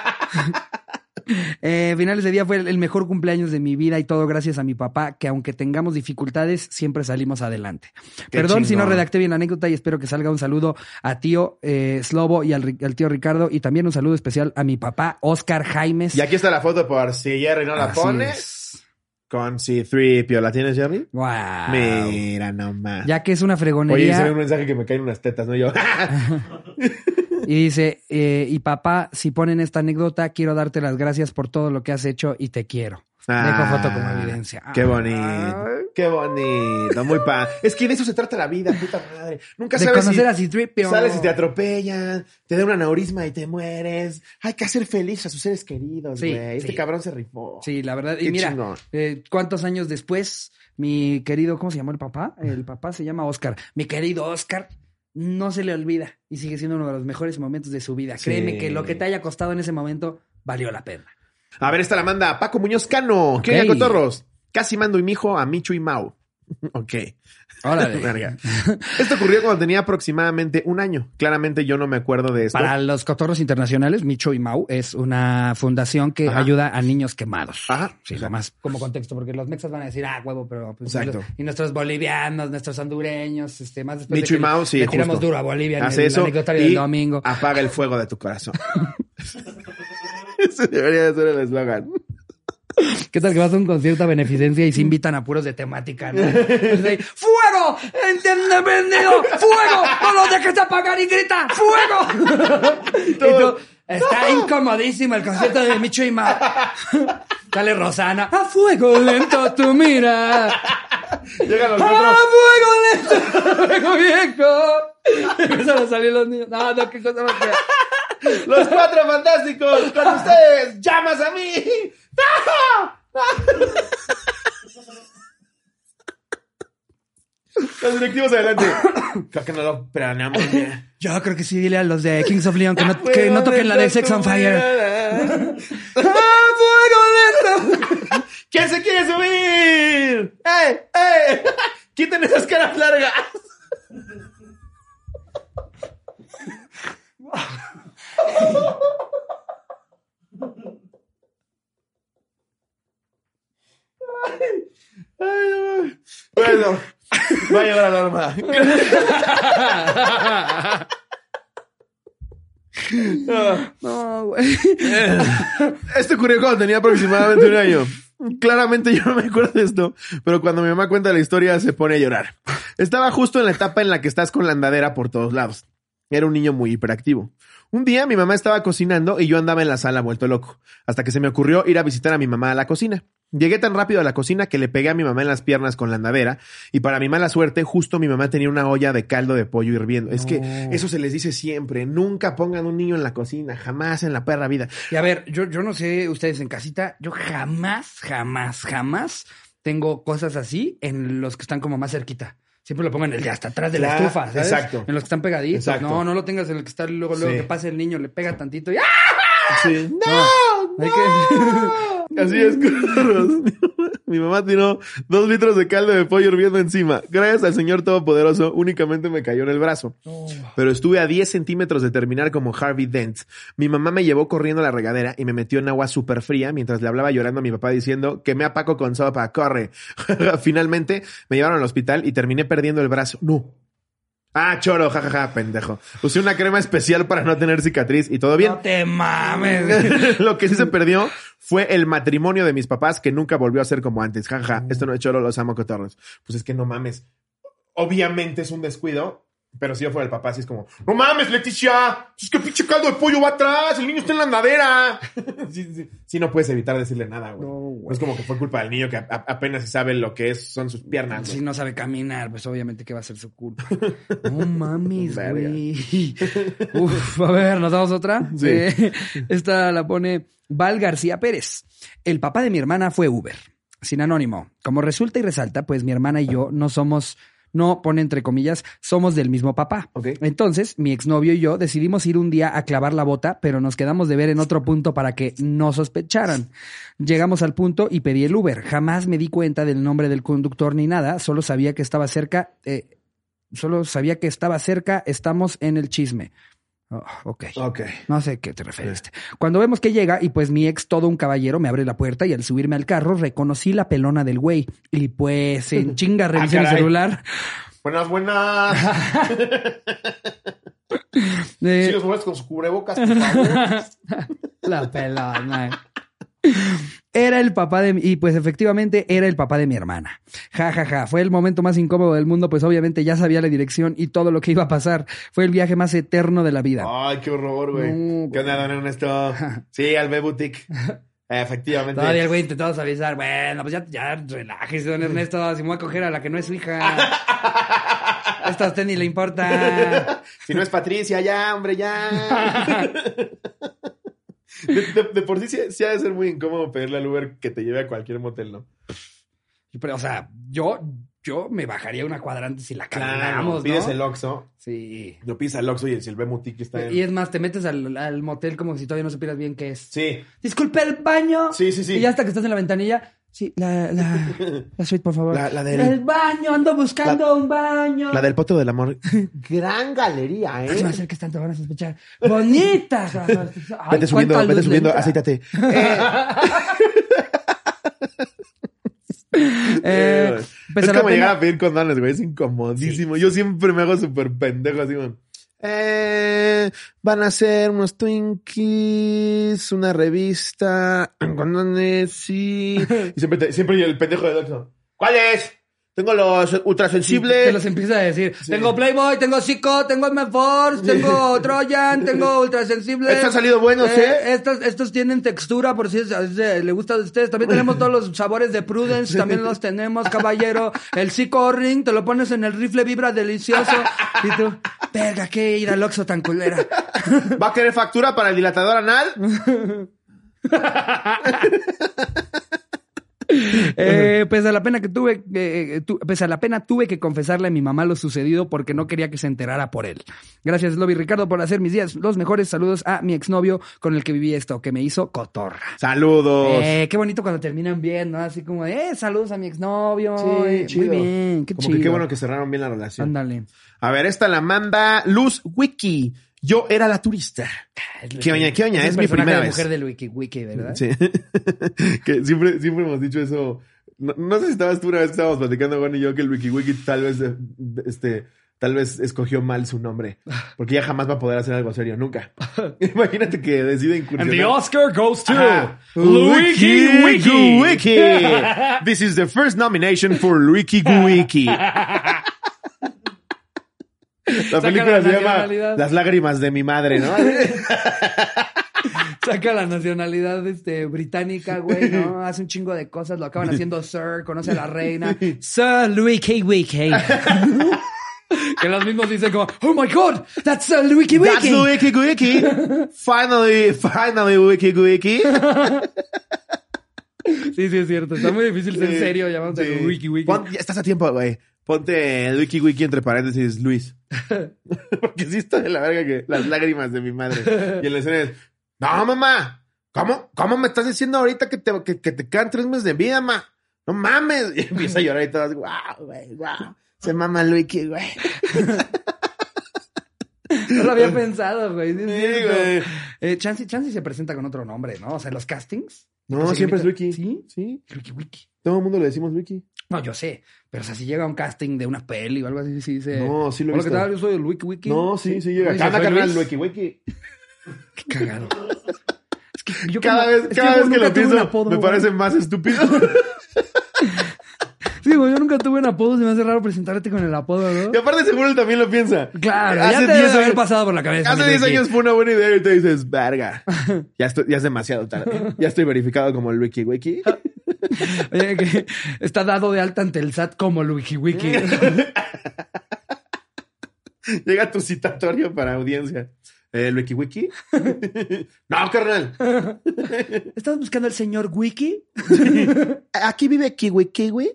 Eh, finales de día fue el mejor cumpleaños de mi vida y todo gracias a mi papá, que aunque tengamos dificultades, siempre salimos adelante. Qué Perdón si no chingón. redacté bien la anécdota y espero que salga un saludo a tío eh, Slobo y al, ri- al tío Ricardo y también un saludo especial a mi papá, Oscar Jaimes. Y aquí está la foto por si Jerry no la Así pone. es. Con C tres P O. ¿La tienes, Jerry? Wow. Mira nomás. Ya que es una Oye, fregonería. se ve un mensaje que me caen unas tetas, ¿no? Yo. Y dice, eh, y papá, si ponen esta anécdota, quiero darte las gracias por todo lo que has hecho y te quiero. Ah, Dejo foto como evidencia. Qué bonito. Qué bonito. Muy pa. Es que de eso se trata la vida, puta madre. Nunca De sabes conocer si a C-tres P O. sales y te atropellan, te da un aneurisma y te mueres. Hay que hacer feliz a sus seres queridos, güey. Sí, Este sí. cabrón se rifó. Sí, la verdad. Qué Y mira, chingón. eh, ¿cuántos años después mi querido, ¿cómo se llamó el papá? El papá se llama Oscar. Mi querido Oscar no se le olvida y sigue siendo uno de los mejores momentos de su vida. Sí. Créeme que lo que te haya costado en ese momento valió la pena. A ver, esta la manda Paco Muñoz Cano. ¿Qué Ok. onda, cotorros? Casi mando mi hijo a Michu y Mau. Ok. Órale. Verga. Esto ocurrió cuando tenía aproximadamente un año. Claramente yo no me acuerdo de esto. Para los cotorros internacionales, Micho y Mau es una fundación que Ajá. ayuda a niños quemados. Ajá. Sí, Exacto. nomás como contexto, porque los mexas van a decir, ah, huevo, pero pues, Exacto. los- y nuestros bolivianos, nuestros hondureños, este, más después Micho de y que Mau, sí, le tiramos justo. duro a Bolivia en Hace el eso anecdotario y del domingo. apaga el fuego de tu corazón. Ese debería de ser el eslogan. ¿Qué tal que vas a un concierto a beneficencia y se invitan a puros de temática, no? Es de, ¡fuego! ¿Entiendes, vendido? ¡Fuego! ¡No lo dejes apagar y grita! ¡Fuego! Y tú, está incomodísimo el concierto de Micho y Mau. Dale Rosana. ¡A fuego lento tu mira! Llegan los ¡A otros. fuego lento! ¡Fuego viejo! Empiezan a salir los niños. No, no, qué cosa más fea. Los cuatro fantásticos. Con ustedes, llamas a mí. Los directivos adelante. Creo que no lo planeamos bien. Yo creo que sí, dile a los de Kings of Leon que no, que no toquen la de Sex on Fire. ¡Ah, fuego lento! ¿Quién se quiere subir? ¡Eh! ¡Eh! ¡Quiten esas caras largas! Ay, no. Bueno, va a llegar la alarma. No, güey. Esto ocurrió cuando tenía aproximadamente un año. Claramente yo no me acuerdo de esto, pero cuando mi mamá cuenta la historia se pone a llorar. Estaba justo en la etapa en la que estás con la andadera por todos lados. Era un niño muy hiperactivo. Un día mi mamá estaba cocinando y yo andaba en la sala vuelto loco, hasta que se me ocurrió ir a visitar a mi mamá a la cocina. Llegué tan rápido a la cocina que le pegué a mi mamá en las piernas con la andadera y para mi mala suerte justo mi mamá tenía una olla de caldo de pollo hirviendo. Es que eso se les dice siempre, nunca pongan un niño en la cocina, jamás en la perra vida. Y a ver, yo, yo no sé ustedes en casita, yo jamás, jamás, jamás tengo cosas así en los que están como más cerquita. Siempre lo pongo en el de hasta atrás de la Claro, estufa, ¿sabes? exacto. En los que están pegaditos. Exacto. No, no lo tengas en el que está luego, luego Sí. que pase el niño, le pega tantito y ¡ah! Sí. No, hay que... Así es, curros. Mi mamá tiró dos litros de caldo de pollo hirviendo encima. Gracias al Señor Todopoderoso, únicamente me cayó en el brazo. No. Pero estuve a diez centímetros de terminar como Harvey Dent. Mi mamá me llevó corriendo a la regadera y me metió en agua súper fría mientras le hablaba llorando a mi papá diciendo que me apaco con sopa, corre. Finalmente me llevaron al hospital y terminé perdiendo el brazo. No. Ah, choro, jajaja, pendejo. Usé una crema especial para no tener cicatriz y todo bien. No te mames. Lo que sí se perdió fue el matrimonio de mis papás que nunca volvió a ser como antes. Jaja, esto no es choro, los amo cotorros. Pues es que no mames. Obviamente es un descuido, pero si yo fuera el papá, así es como, no mames, Leticia, es que pinche caldo de pollo va atrás, el niño está en la andadera. sí, sí, sí, no puedes evitar decirle nada, güey. No, No, güey. es como que fue culpa del niño que a- a- apenas se sabe lo que es, son sus piernas. Si güey. no sabe caminar, pues obviamente que va a ser su culpa. No mames, Verga. güey. Uf, a ver, ¿nos damos otra? Sí. Eh, esta la pone Val García Pérez. El papá de mi hermana fue Uber, sin anónimo. Como resulta y resalta, pues mi hermana y yo no somos... No, pone entre comillas, somos del mismo papá. Ok. Entonces, mi exnovio y yo decidimos ir un día a clavar la bota, pero nos quedamos de ver en otro punto para que no sospecharan. Llegamos al punto y pedí el Uber. Jamás me di cuenta del nombre del conductor ni nada, solo sabía que estaba cerca, eh, solo sabía que estaba cerca, estamos en el chisme. Oh, ok. Ok. No sé a qué te referiste. Cuando vemos que llega y pues mi ex, todo un caballero, me abre la puerta y al subirme al carro reconocí la pelona del güey. Y pues en chinga revisé mi caray. celular. Buenas, buenas. Eh, Si los mueves con su cubrebocas, por favor. La pelona. Era el papá de mi... Y pues efectivamente era el papá de mi hermana. Ja, ja, ja. Fue el momento más incómodo del mundo, pues obviamente ya sabía la dirección y todo lo que iba a pasar. Fue el viaje más eterno de la vida. Ay, qué horror, güey. No, ¿Qué onda, don Ernesto? Sí, al B Boutique. Efectivamente. Todavía el güey intentamos avisar. Bueno, pues ya, ya relájese, don Ernesto. Si me voy a coger a la que no es su hija. Esto a usted ni le importa. Si no es Patricia, ya, hombre, ya. De, de, de por sí, sí, sí ha de ser muy incómodo pedirle al Uber que te lleve a cualquier motel, ¿no? Pero, o sea, yo, yo me bajaría una cuadrante si la Claro, caminamos, pides ¿no? el Oxxo. Sí. Lo pides al Oxxo y el Silver Boutique está en... Y es más, te metes al, al motel como si todavía no supieras bien qué es. Sí. Disculpe, ¿el baño? Sí, sí, sí. Y ya hasta que estás en la ventanilla... Sí, la, la, la suite, por favor. La, la del... El baño, ando buscando la, un baño. La del potro del amor. Gran galería, ¿eh? No se me acerques tanto, van a sospechar. ¡Bonita! Ay, vete subiendo, vete subiendo, acéitate. Eh... eh, pues es como pena... llegar a pedir condones, güey. Es incomodísimo. Sí. Yo siempre me hago súper pendejo así, güey. Eh, van a ser unos Twinkies, una revista, condones, sí. Y siempre, te, siempre el pendejo de Oxxo. ¿Cuál es? Tengo los ultrasensibles. Te los empieza a decir. Sí. Tengo Playboy, tengo Zico, tengo M-Force, sí. tengo Trojan, tengo ultrasensibles. Estos han salido buenos, ¿eh? ¿eh? Estos, estos tienen textura, por si es, es, le gusta a ustedes. También tenemos todos los sabores de Prudence, también los tenemos, caballero. El Zico Ring, te lo pones en el rifle, vibra delicioso. Y tú, verga, qué ir al Oxxo tan culera. ¿Va a querer factura para el dilatador anal? Eh, pese a la pena que tuve, eh, tu, pese a la pena tuve que confesarle a mi mamá lo sucedido porque no quería que se enterara por él. Gracias, Lobby Ricardo, por hacer mis días los mejores. Saludos a mi exnovio con el que viví esto, que me hizo cotorra. Saludos. Eh, qué bonito cuando terminan bien, ¿no? Así como, eh, saludos a mi exnovio. Sí, eh, chido. Muy bien, qué como chido. Que qué bueno que cerraron bien la relación. Ándale. A ver, esta la manda Luz Wiki. Yo era la turista. ¿Qué oña, qué oña? Es, es mi primera de vez. Mujer del Wiki Wiki, ¿verdad? Sí. Que siempre, siempre hemos dicho eso. No, no sé si estabas tú una vez que estábamos platicando, Juan y yo, que el Wiki Wiki tal vez, este, tal vez escogió mal su nombre. Porque ya jamás va a poder hacer algo serio. Nunca. Imagínate que decide incursionar. And the Oscar goes to Ajá. Wiki Wiki. Wiki. This is the first nomination for Wiki Wiki. La película se llama Las lágrimas de mi madre, ¿no? Saca la nacionalidad este, británica, güey, ¿no? Hace un chingo de cosas, lo acaban haciendo Sir, conoce a la reina. Sir Louis K. Wiki. Que los mismos dicen como, oh my God, that's uh, Wiki Wiki. That's Wiki Wiki. Finally, finally Wiki Wiki. Sí, sí, es cierto. Está muy difícil ser serio llamándose sí. Wiki Wiki. Pon, ya estás a tiempo, güey. Ponte el Wiki Wiki entre paréntesis, Luis. Porque sí está de la verga que las lágrimas de mi madre. Y en la escena es, no, mamá, ¿cómo, cómo me estás diciendo ahorita que te, que, que te quedan tres meses de vida, mamá? No mames. Y empieza a llorar y todo así, wow, güey, wow. Se mama el Wiki, güey. No lo había pensado, güey. Sí, güey. Eh, Chansey, Chansey se presenta con otro nombre, ¿no? O sea, en los castings. No, siempre es Wiki. ¿Sí? Sí. Wiki Wiki. Todo el mundo le decimos Wiki. No, yo sé. Pero, o sea, si llega a un casting de una peli o algo así, sí dice... No, sí lo he visto. ¿Qué tal? Yo soy el Wiki Wiki. No, sí, sí llega. Cada canal el Wiki Wiki. Qué cagado. Es que yo cada como, vez, es cada que vez que lo pienso, apodo, me güey. parece más estúpido. Sí, güey, yo nunca tuve un apodo, se me hace raro presentarte con el apodo, ¿no? Y aparte seguro él también lo piensa. Claro, hace ya te debe haber pasado por la cabeza. Hace diez años fue una buena idea y te dices, verga, ya, estoy, ya es demasiado tarde. Ya estoy verificado como el Wiki Wiki. Oye, que está dado de alta ante el S A T como el Wiki Wiki. Llega tu citatorio para audiencia. ¿El Wiki Wiki? No, carnal. ¿Estás buscando al señor Wiki? Aquí vive Kiwi Kiwi.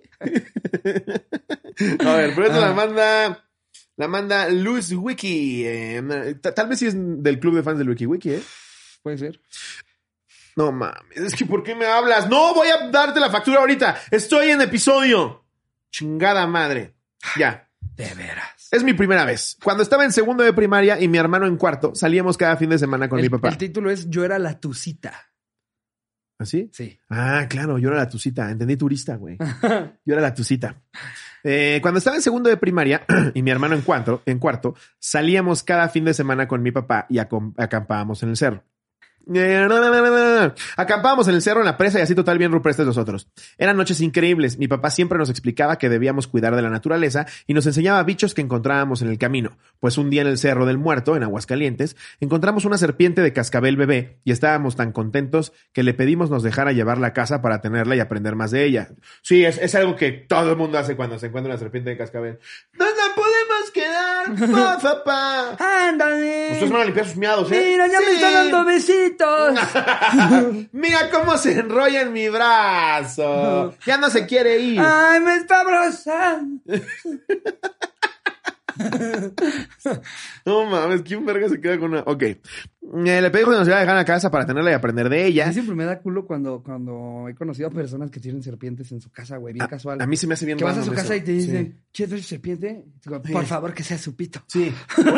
A ver, pero esto ah. la manda... La manda Luz Wiki. Eh, tal vez sí es del club de fans del Wiki Wiki, ¿eh? Puede ser. No mames, es que ¿por qué me hablas? No voy a darte la factura ahorita. Estoy en episodio. Chingada madre. Ya. De veras. Es mi primera vez. Cuando estaba en segundo de primaria y mi hermano en cuarto, salíamos cada fin de semana con el, mi papá. El título es Yo era la tucita. ¿Así? Sí. Ah, claro, yo era la tucita. Entendí turista, güey. Yo era la tucita. Eh, cuando estaba en segundo de primaria y mi hermano en cuarto, en cuarto, salíamos cada fin de semana con mi papá y acom- acampábamos en el cerro. Eh, no, no, no, no, no. Acampábamos en el cerro, en la presa y así total bien rupestres nosotros. Eran noches increíbles. Mi papá siempre nos explicaba que debíamos cuidar de la naturaleza y nos enseñaba bichos que encontrábamos en el camino. Pues un día en el Cerro del Muerto, en Aguascalientes, encontramos una serpiente de cascabel bebé y estábamos tan contentos que le pedimos nos dejara llevarla a casa para tenerla y aprender más de ella. Sí, es, es algo que todo el mundo hace cuando se encuentra una serpiente de cascabel. ¡No nos podemos quedar, papá! ¡Ándale! Ustedes van a limpiar sus miados, ¿eh? Mira, ya Sí. me está dando besitos. Mira cómo se enrolla en mi brazo. Ya no se quiere ir. ¡Ay, me está abrazando! No mames, ¿quién verga se queda con una...? Ok. Eh, le pedí que nos iba a dejar a casa para tenerla y aprender de A ella. mí siempre me da culo cuando, cuando he conocido a personas que tienen serpientes en su casa, güey, bien A, casual. a mí se me hace bien que vas a random su casa eso. y te dicen, Sí. che, ¿traes serpiente? Digo, por favor, que sea su pito. Sí.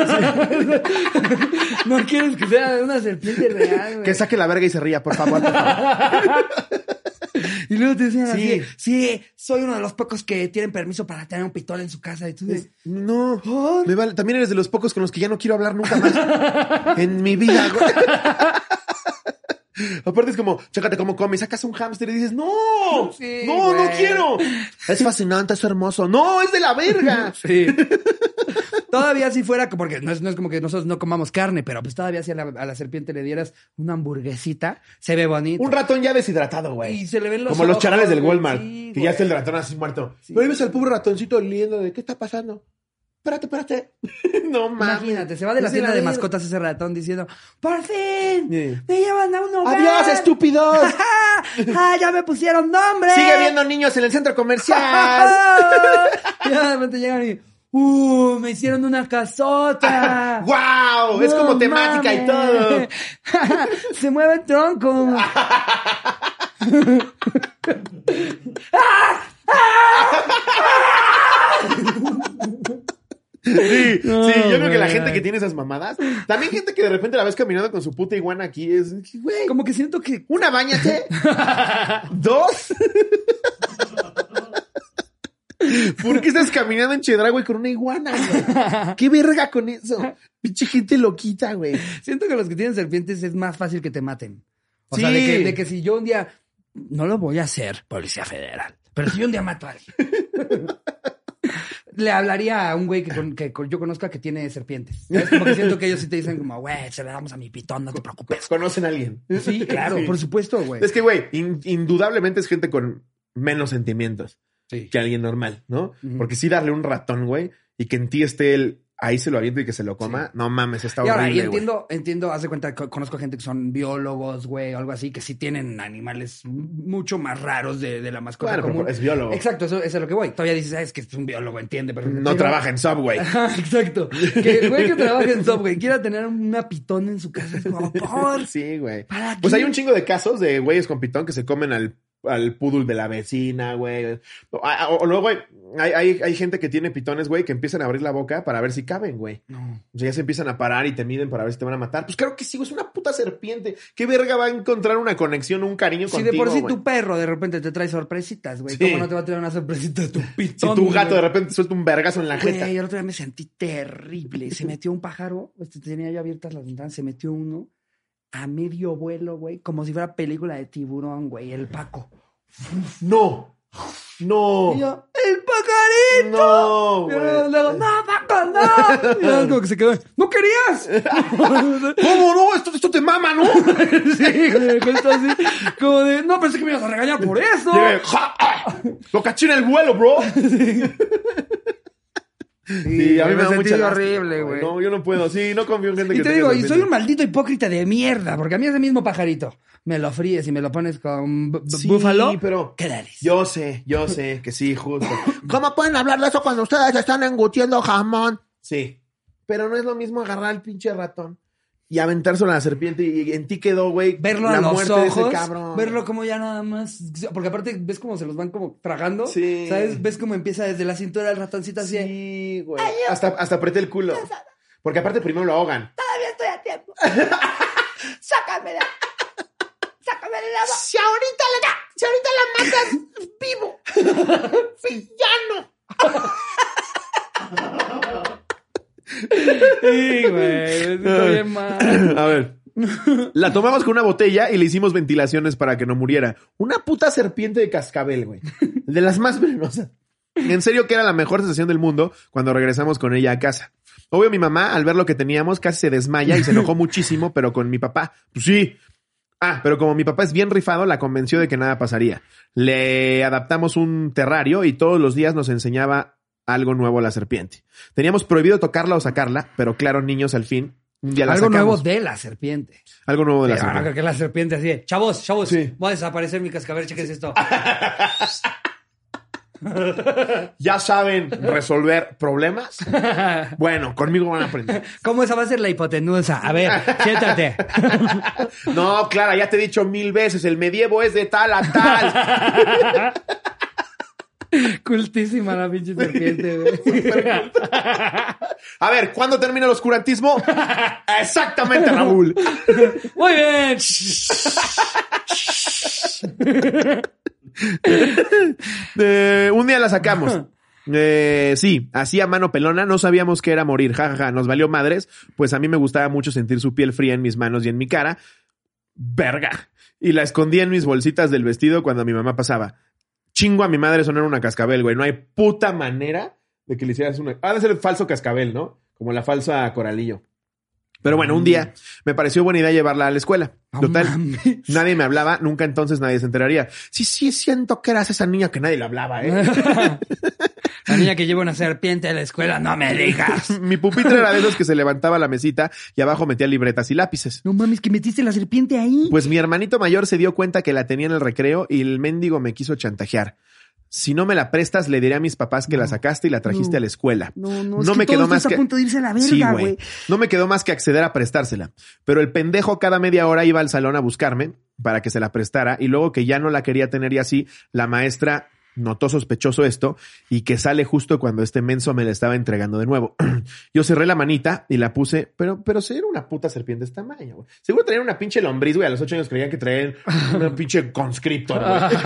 No quieres que sea una serpiente real, güey. Que saque la verga y se ría, por favor. Por favor. Y luego te decían Sí. así, sí, soy uno de los pocos que tienen permiso para tener un pitón en su casa. Y tú de, No. ¿por? Me vale. También eres de los pocos con los que ya no quiero hablar nunca más en mi vida, güey. Aparte es como, chécate cómo come, sacas un hámster y dices, no, Sí, no, no güey. quiero. Es fascinante, es hermoso. No, es de la verga. Sí. Todavía si fuera, porque no es, no es como que nosotros no comamos carne, pero pues todavía si a la, a la serpiente le dieras una hamburguesita, se ve bonito. Un ratón ya deshidratado, güey. Y se le ven los Como los ojos, charales del güey. Walmart. Sí, que güey. ya está el ratón así muerto. Sí. Pero ahí ves al pobre ratoncito oliendo de, ¿qué está pasando? Espérate, espérate. No mames. Imagínate, se va de la Es tienda de verga. mascotas ese ratón diciendo, ¡por fin! Sí. ¡Me llevan a un hogar! ¡Adiós, estúpidos! ¡Ah, ya me pusieron nombre! Sigue viendo niños en el centro comercial. Y de repente llegan y, ¡uh! Me hicieron una casota. ¡Wow! Es No como temática y mames. todo. Se mueve el tronco. Sí, sí, No, yo creo que la güey. gente que tiene esas mamadas, también gente que de repente la ves caminando con su puta iguana aquí, es, güey, Como que siento que una, bañate. Dos. ¿Por qué estás caminando en Chedraui con una iguana, güey? ¿Qué verga con eso? Pinche gente loquita, güey. Siento que los que tienen serpientes es más fácil que te maten. O Sí. sea, de que, de que si yo un día... No lo voy a hacer, Policía Federal. Pero si yo un día mato a alguien... le hablaría a un güey que, con- que con- yo conozca que tiene serpientes. ¿Sabes? Como que siento que ellos sí te dicen como, güey, se le damos a mi pitón, no te preocupes. ¿Conocen a alguien? Sí, claro, Sí. por supuesto, güey. Es que, güey, in- indudablemente es gente con menos sentimientos Sí. que alguien normal, ¿no? Ujú. Porque sí darle un ratón, güey, y que en ti esté el... Ahí se lo avienta y que se lo coma. No mames, está Y ahora, horrible, y güey. entiendo, entiendo, haz de cuenta, que conozco gente que son biólogos, güey, o algo así, que sí tienen animales mucho más raros de, de la mascota Bueno, pero común. es biólogo. Exacto, eso, eso es a lo que voy. Todavía dices, ah, es que es un biólogo, entiende. Pero, No pero- trabaja en Subway. Ajá, exacto. Que el güey que trabaja en Subway quiera tener una pitón en su casa. Es como, por... Sí, güey. ¿Para Pues qué? hay un chingo de casos de güeyes con pitón que se comen al, al poodle de la vecina, güey. O, o- o luego, güey, hay, hay, hay gente que tiene pitones, güey, que empiezan a abrir la boca para ver si caben, güey. No. O sea, ya se empiezan a parar y te miden para ver si te van a matar. Pues claro que sí, güey, es una puta serpiente. ¿Qué verga va a encontrar una conexión, un cariño Si contigo, de por sí güey? tu perro de repente te trae sorpresitas, güey. Sí. ¿Cómo no te va a traer una sorpresita de tu Si pitón? tu gato güey? de repente suelta un vergazo en la jeta. Güey, el otro día me sentí terrible. Se metió un pájaro, este, tenía yo abiertas las ventanas, se metió uno a medio vuelo, güey, como si fuera película de tiburón, güey, el Paco. No. No. Y yo, ¡el pajarito! No, Y güey. luego, luego, ¡no, Paco, no! Y luego como que se quedó, ¡no querías! ¿Cómo no? Esto, esto te mama, ¿no? Sí, güey, justo así, como de, no, pensé que me ibas a regañar por eso. Llegué, ¡ja! ¡Ah! Lo caché en el vuelo, bro. Sí, a mí me, da sentí mucha lástima, horrible, güey. No, yo no puedo. Sí, no confío en gente Y que te tenga digo, y serpientes. soy un maldito hipócrita de mierda, porque a mí ese mismo pajarito me lo fríes y me lo pones con b- Sí, búfalo. pero ¿Qué dales? yo sé, yo sé que sí, justo. ¿Cómo pueden hablar de eso cuando ustedes están engutiendo jamón? Sí, pero no es lo mismo agarrar al pinche ratón y aventárselo a la serpiente y en ti quedó, güey, Verlo la a los muerte de ese ojos, cabrón. verlo como ya nada más, porque aparte ves como se los van como tragando, Sí. ¿sabes? Ves como empieza desde la cintura el ratoncito así. Sí, güey. Hasta, hasta apreté el culo. Porque aparte primero lo ahogan. Todavía estoy a tiempo. Sácame de Sácame de la Si ahorita la, si ahorita la matas vivo. Villano. Sí, güey, está bien mal. A ver. La tomamos con una botella y le hicimos ventilaciones para que no muriera. Una puta serpiente de cascabel, güey. De las más venenosas. En serio que era la mejor sensación del mundo cuando regresamos con ella a casa. Obvio, mi mamá, al ver lo que teníamos, casi se desmaya y se enojó muchísimo, pero con mi papá, pues sí. Ah, pero como mi papá es bien rifado, la convenció de que nada pasaría. Le adaptamos un terrario y todos los días nos enseñaba algo nuevo a la serpiente. Teníamos prohibido tocarla o sacarla, pero claro, niños, al fin, un día la Algo sacamos. nuevo de la serpiente. Algo nuevo de la Sí, serpiente. ahora que la serpiente así de, chavos, chavos, Sí. voy a desaparecer mi cascabel, chequense esto. ¿Ya saben resolver problemas? Bueno, conmigo van a aprender. ¿Cómo esa va a ser la hipotenusa? A ver, siéntate. No, Clara, ya te he dicho mil veces, el medievo es de tal a tal. Cultísima la pinche serpiente, güey. A ver, ¿cuándo termina el oscurantismo? Exactamente, Raúl. Muy bien. Eh, un día la sacamos. Eh, sí, así a mano pelona, no sabíamos qué era morir, jajaja, ja, ja. Nos valió madres, pues a mí me gustaba mucho sentir su piel fría en mis manos y en mi cara. Verga. Y la escondía en mis bolsitas del vestido cuando mi mamá pasaba. Chingo a mi madre, eso no era una cascabel, güey. No hay puta manera de que le hicieras una... Ha de ser el falso cascabel, ¿no? Como la falsa coralillo. Pero bueno, un día me pareció buena idea llevarla a la escuela. Total, oh, nadie me hablaba, nunca entonces nadie se enteraría. Sí, sí, siento que eras esa niña que nadie le hablaba, ¿eh? La niña que lleva una serpiente a la escuela, no me digas. Mi pupitre era de esos que se levantaba la mesita y abajo metía libretas y lápices. No mames, que metiste la serpiente ahí. Pues mi hermanito mayor se dio cuenta que la tenía en el recreo y el mendigo me quiso chantajear. Si no me la prestas, le diré a mis papás que no, la sacaste y la trajiste no, a la escuela. No, no, no es me que quedó todo más está que a punto de irse a la verga, sí, güey. No me quedó más que acceder a prestársela. Pero el pendejo cada media hora iba al salón a buscarme para que se la prestara y luego que ya no la quería tener y así, la maestra notó sospechoso esto y que sale justo cuando este menso me la estaba entregando de nuevo. Yo cerré la manita y la puse, pero, pero si era una puta serpiente de esta tamaño, güey. Seguro traían una pinche lombriz, güey. A los ocho años creían que traían una pinche conscriptor,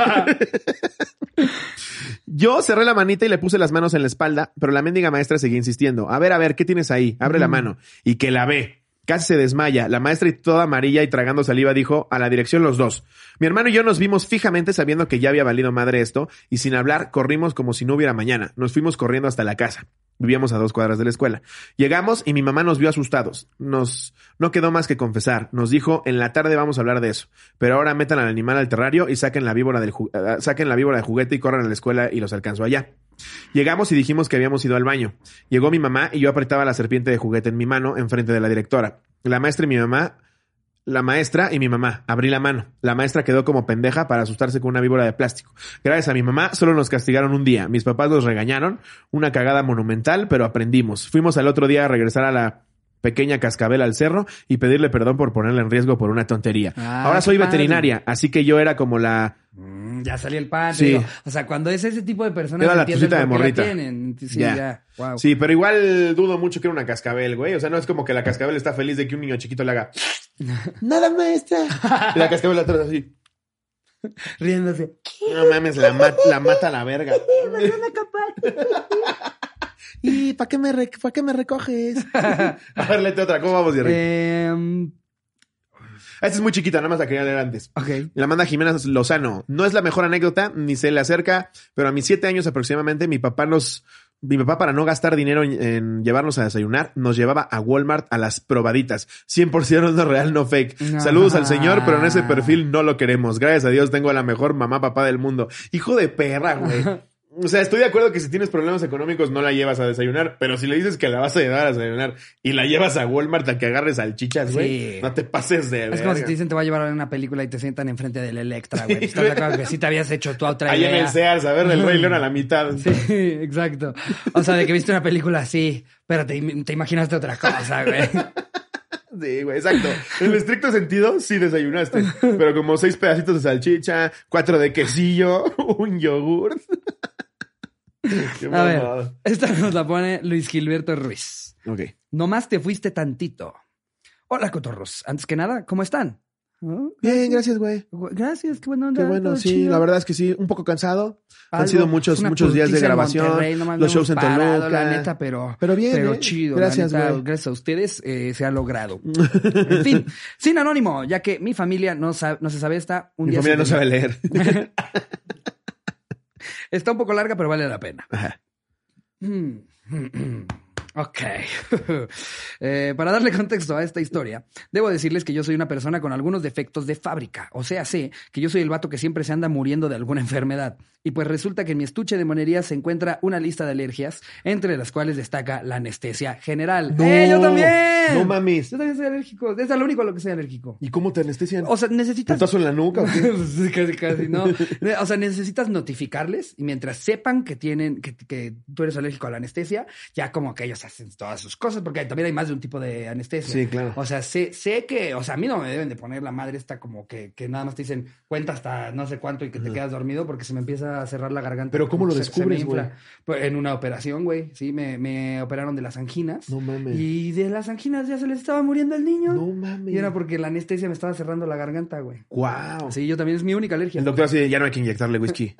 güey. Yo cerré la manita y le puse las manos en la espalda, pero la mendiga maestra seguía insistiendo. A ver, a ver, ¿qué tienes ahí? Abre mm. la mano. Y que la ve. Casi se desmaya. La maestra, y toda amarilla y tragando saliva, dijo a la dirección los dos. Mi hermano y yo nos vimos fijamente sabiendo que ya había valido madre esto y sin hablar corrimos como si no hubiera mañana. Nos fuimos corriendo hasta la casa. Vivíamos a dos cuadras de la escuela. Llegamos y mi mamá nos vio asustados. Nos no quedó más que confesar. Nos dijo, en la tarde vamos a hablar de eso. Pero ahora metan al animal al terrario y saquen la víbora del ju- uh, saquen la víbora de juguete y corran a la escuela y los alcanzó allá. Llegamos y dijimos que habíamos ido al baño. Llegó mi mamá y yo apretaba la serpiente de juguete en mi mano enfrente de la directora. La maestra y mi mamá... La maestra y mi mamá. Abrí la mano. La maestra quedó como pendeja para asustarse con una víbora de plástico. Gracias a mi mamá, solo nos castigaron un día. Mis papás nos regañaron. Una cagada monumental, pero aprendimos. Fuimos al otro día a regresar a la pequeña cascabel al cerro y pedirle perdón por ponerla en riesgo por una tontería. Ah, ahora soy veterinaria, así que yo era como la... Mm, ya salió el pan. Sí. Digo, o sea, cuando es ese tipo de personas era la tucita de morrita. Tienen. Sí, ya. ya. Wow. Sí, pero igual dudo mucho que era una cascabel, güey. O sea, no es como que la cascabel está feliz de que un niño chiquito le haga... Nada, maestra. Y la cascabel atrás así. Riéndose. No mames, la, mat- la mata a la verga. Me van a capar. ¿Y para qué, me re- pa qué me recoges? A ver, léete otra. ¿Cómo vamos, Jerry? Eh... Esta es muy chiquita, nada más la quería leer antes. Okay. La manda Jimena Lozano. No es la mejor anécdota, ni se le acerca, pero a mis siete años aproximadamente, mi papá nos... Mi papá, para no gastar dinero en, en llevarnos a desayunar, nos llevaba a Walmart a las probaditas. cien por ciento no real, no fake. No. Saludos al señor, pero en ese perfil no lo queremos. Gracias a Dios tengo a la mejor mamá, papá del mundo. Hijo de perra, güey. O sea, estoy de acuerdo que si tienes problemas económicos no la llevas a desayunar, pero si le dices que la vas a llevar a desayunar y la llevas a Walmart a que agarres salchichas, güey, sí. No te pases de verga. Es como si te dicen te va a llevar a una película y te sientan enfrente del Electra, güey. ¿Estás de acuerdo que sí te habías hecho tu otra Ahí idea? Ahí en el Sears, a ver, el Rey León a la mitad. Sí, exacto. O sea, de que viste una película así, pero te, te imaginaste otra cosa, güey. Sí, güey, exacto. En el estricto sentido, sí desayunaste. Pero como seis pedacitos de salchicha, cuatro de quesillo, un yogur. Qué a ver, esta nos la pone Luis Gilberto Ruiz. Ok. Nomás te fuiste tantito. Hola, cotorros. Antes que nada, ¿cómo están? ¿No? Bien, gracias, güey. Gracias, qué buena onda. Qué bueno, todo sí, chido. la verdad es que sí, un poco cansado. Han Algo, sido muchos, una muchos días de putiza en grabación, Monterrey, no mames, los no shows en hemos parado, Toluca. La neta, pero, Pero bien, pero ¿eh? chido. Gracias, la neta, güey. gracias a ustedes eh, se ha logrado. En fin, sin anónimo, ya que mi familia no, sabe, no se sabe esta. Un Mi día familia se no sabe leer. Está un poco larga, pero vale la pena. Ajá. Mm. Ok. eh, para darle contexto a esta historia, debo decirles que yo soy una persona con algunos defectos de fábrica. O sea, sé que yo soy el vato que siempre se anda muriendo de alguna enfermedad. Y pues resulta que en mi estuche de monería se encuentra una lista de alergias, entre las cuales destaca la anestesia general. No, ¡Eh, yo también! no mames. Yo también soy alérgico. Es lo único a lo que soy alérgico. ¿Y cómo te anestesian? O sea, necesitas... ¿Putazo en la nuca o qué? Sí, casi, casi, no. O sea, necesitas notificarles y mientras sepan que tienen, que, que tú eres alérgico a la anestesia, ya como que ellos hacen todas sus cosas, porque también hay más de un tipo de anestesia. Sí, claro. O sea, sé, sé que, o sea, a mí no me deben de poner la madre esta como que, que nada más te dicen cuenta hasta no sé cuánto y que te quedas dormido porque se me empieza a cerrar la garganta. ¿Pero cómo lo Se- descubres, se me infla. güey? Pues en una operación, güey. Sí, me, me operaron de las anginas. No mames. Y de las anginas ya se les estaba muriendo al niño. No mames. Y era porque la anestesia me estaba cerrando la garganta, güey. Wow. Sí, yo también es mi única alergia. El doctor así, ya no hay que inyectarle whisky.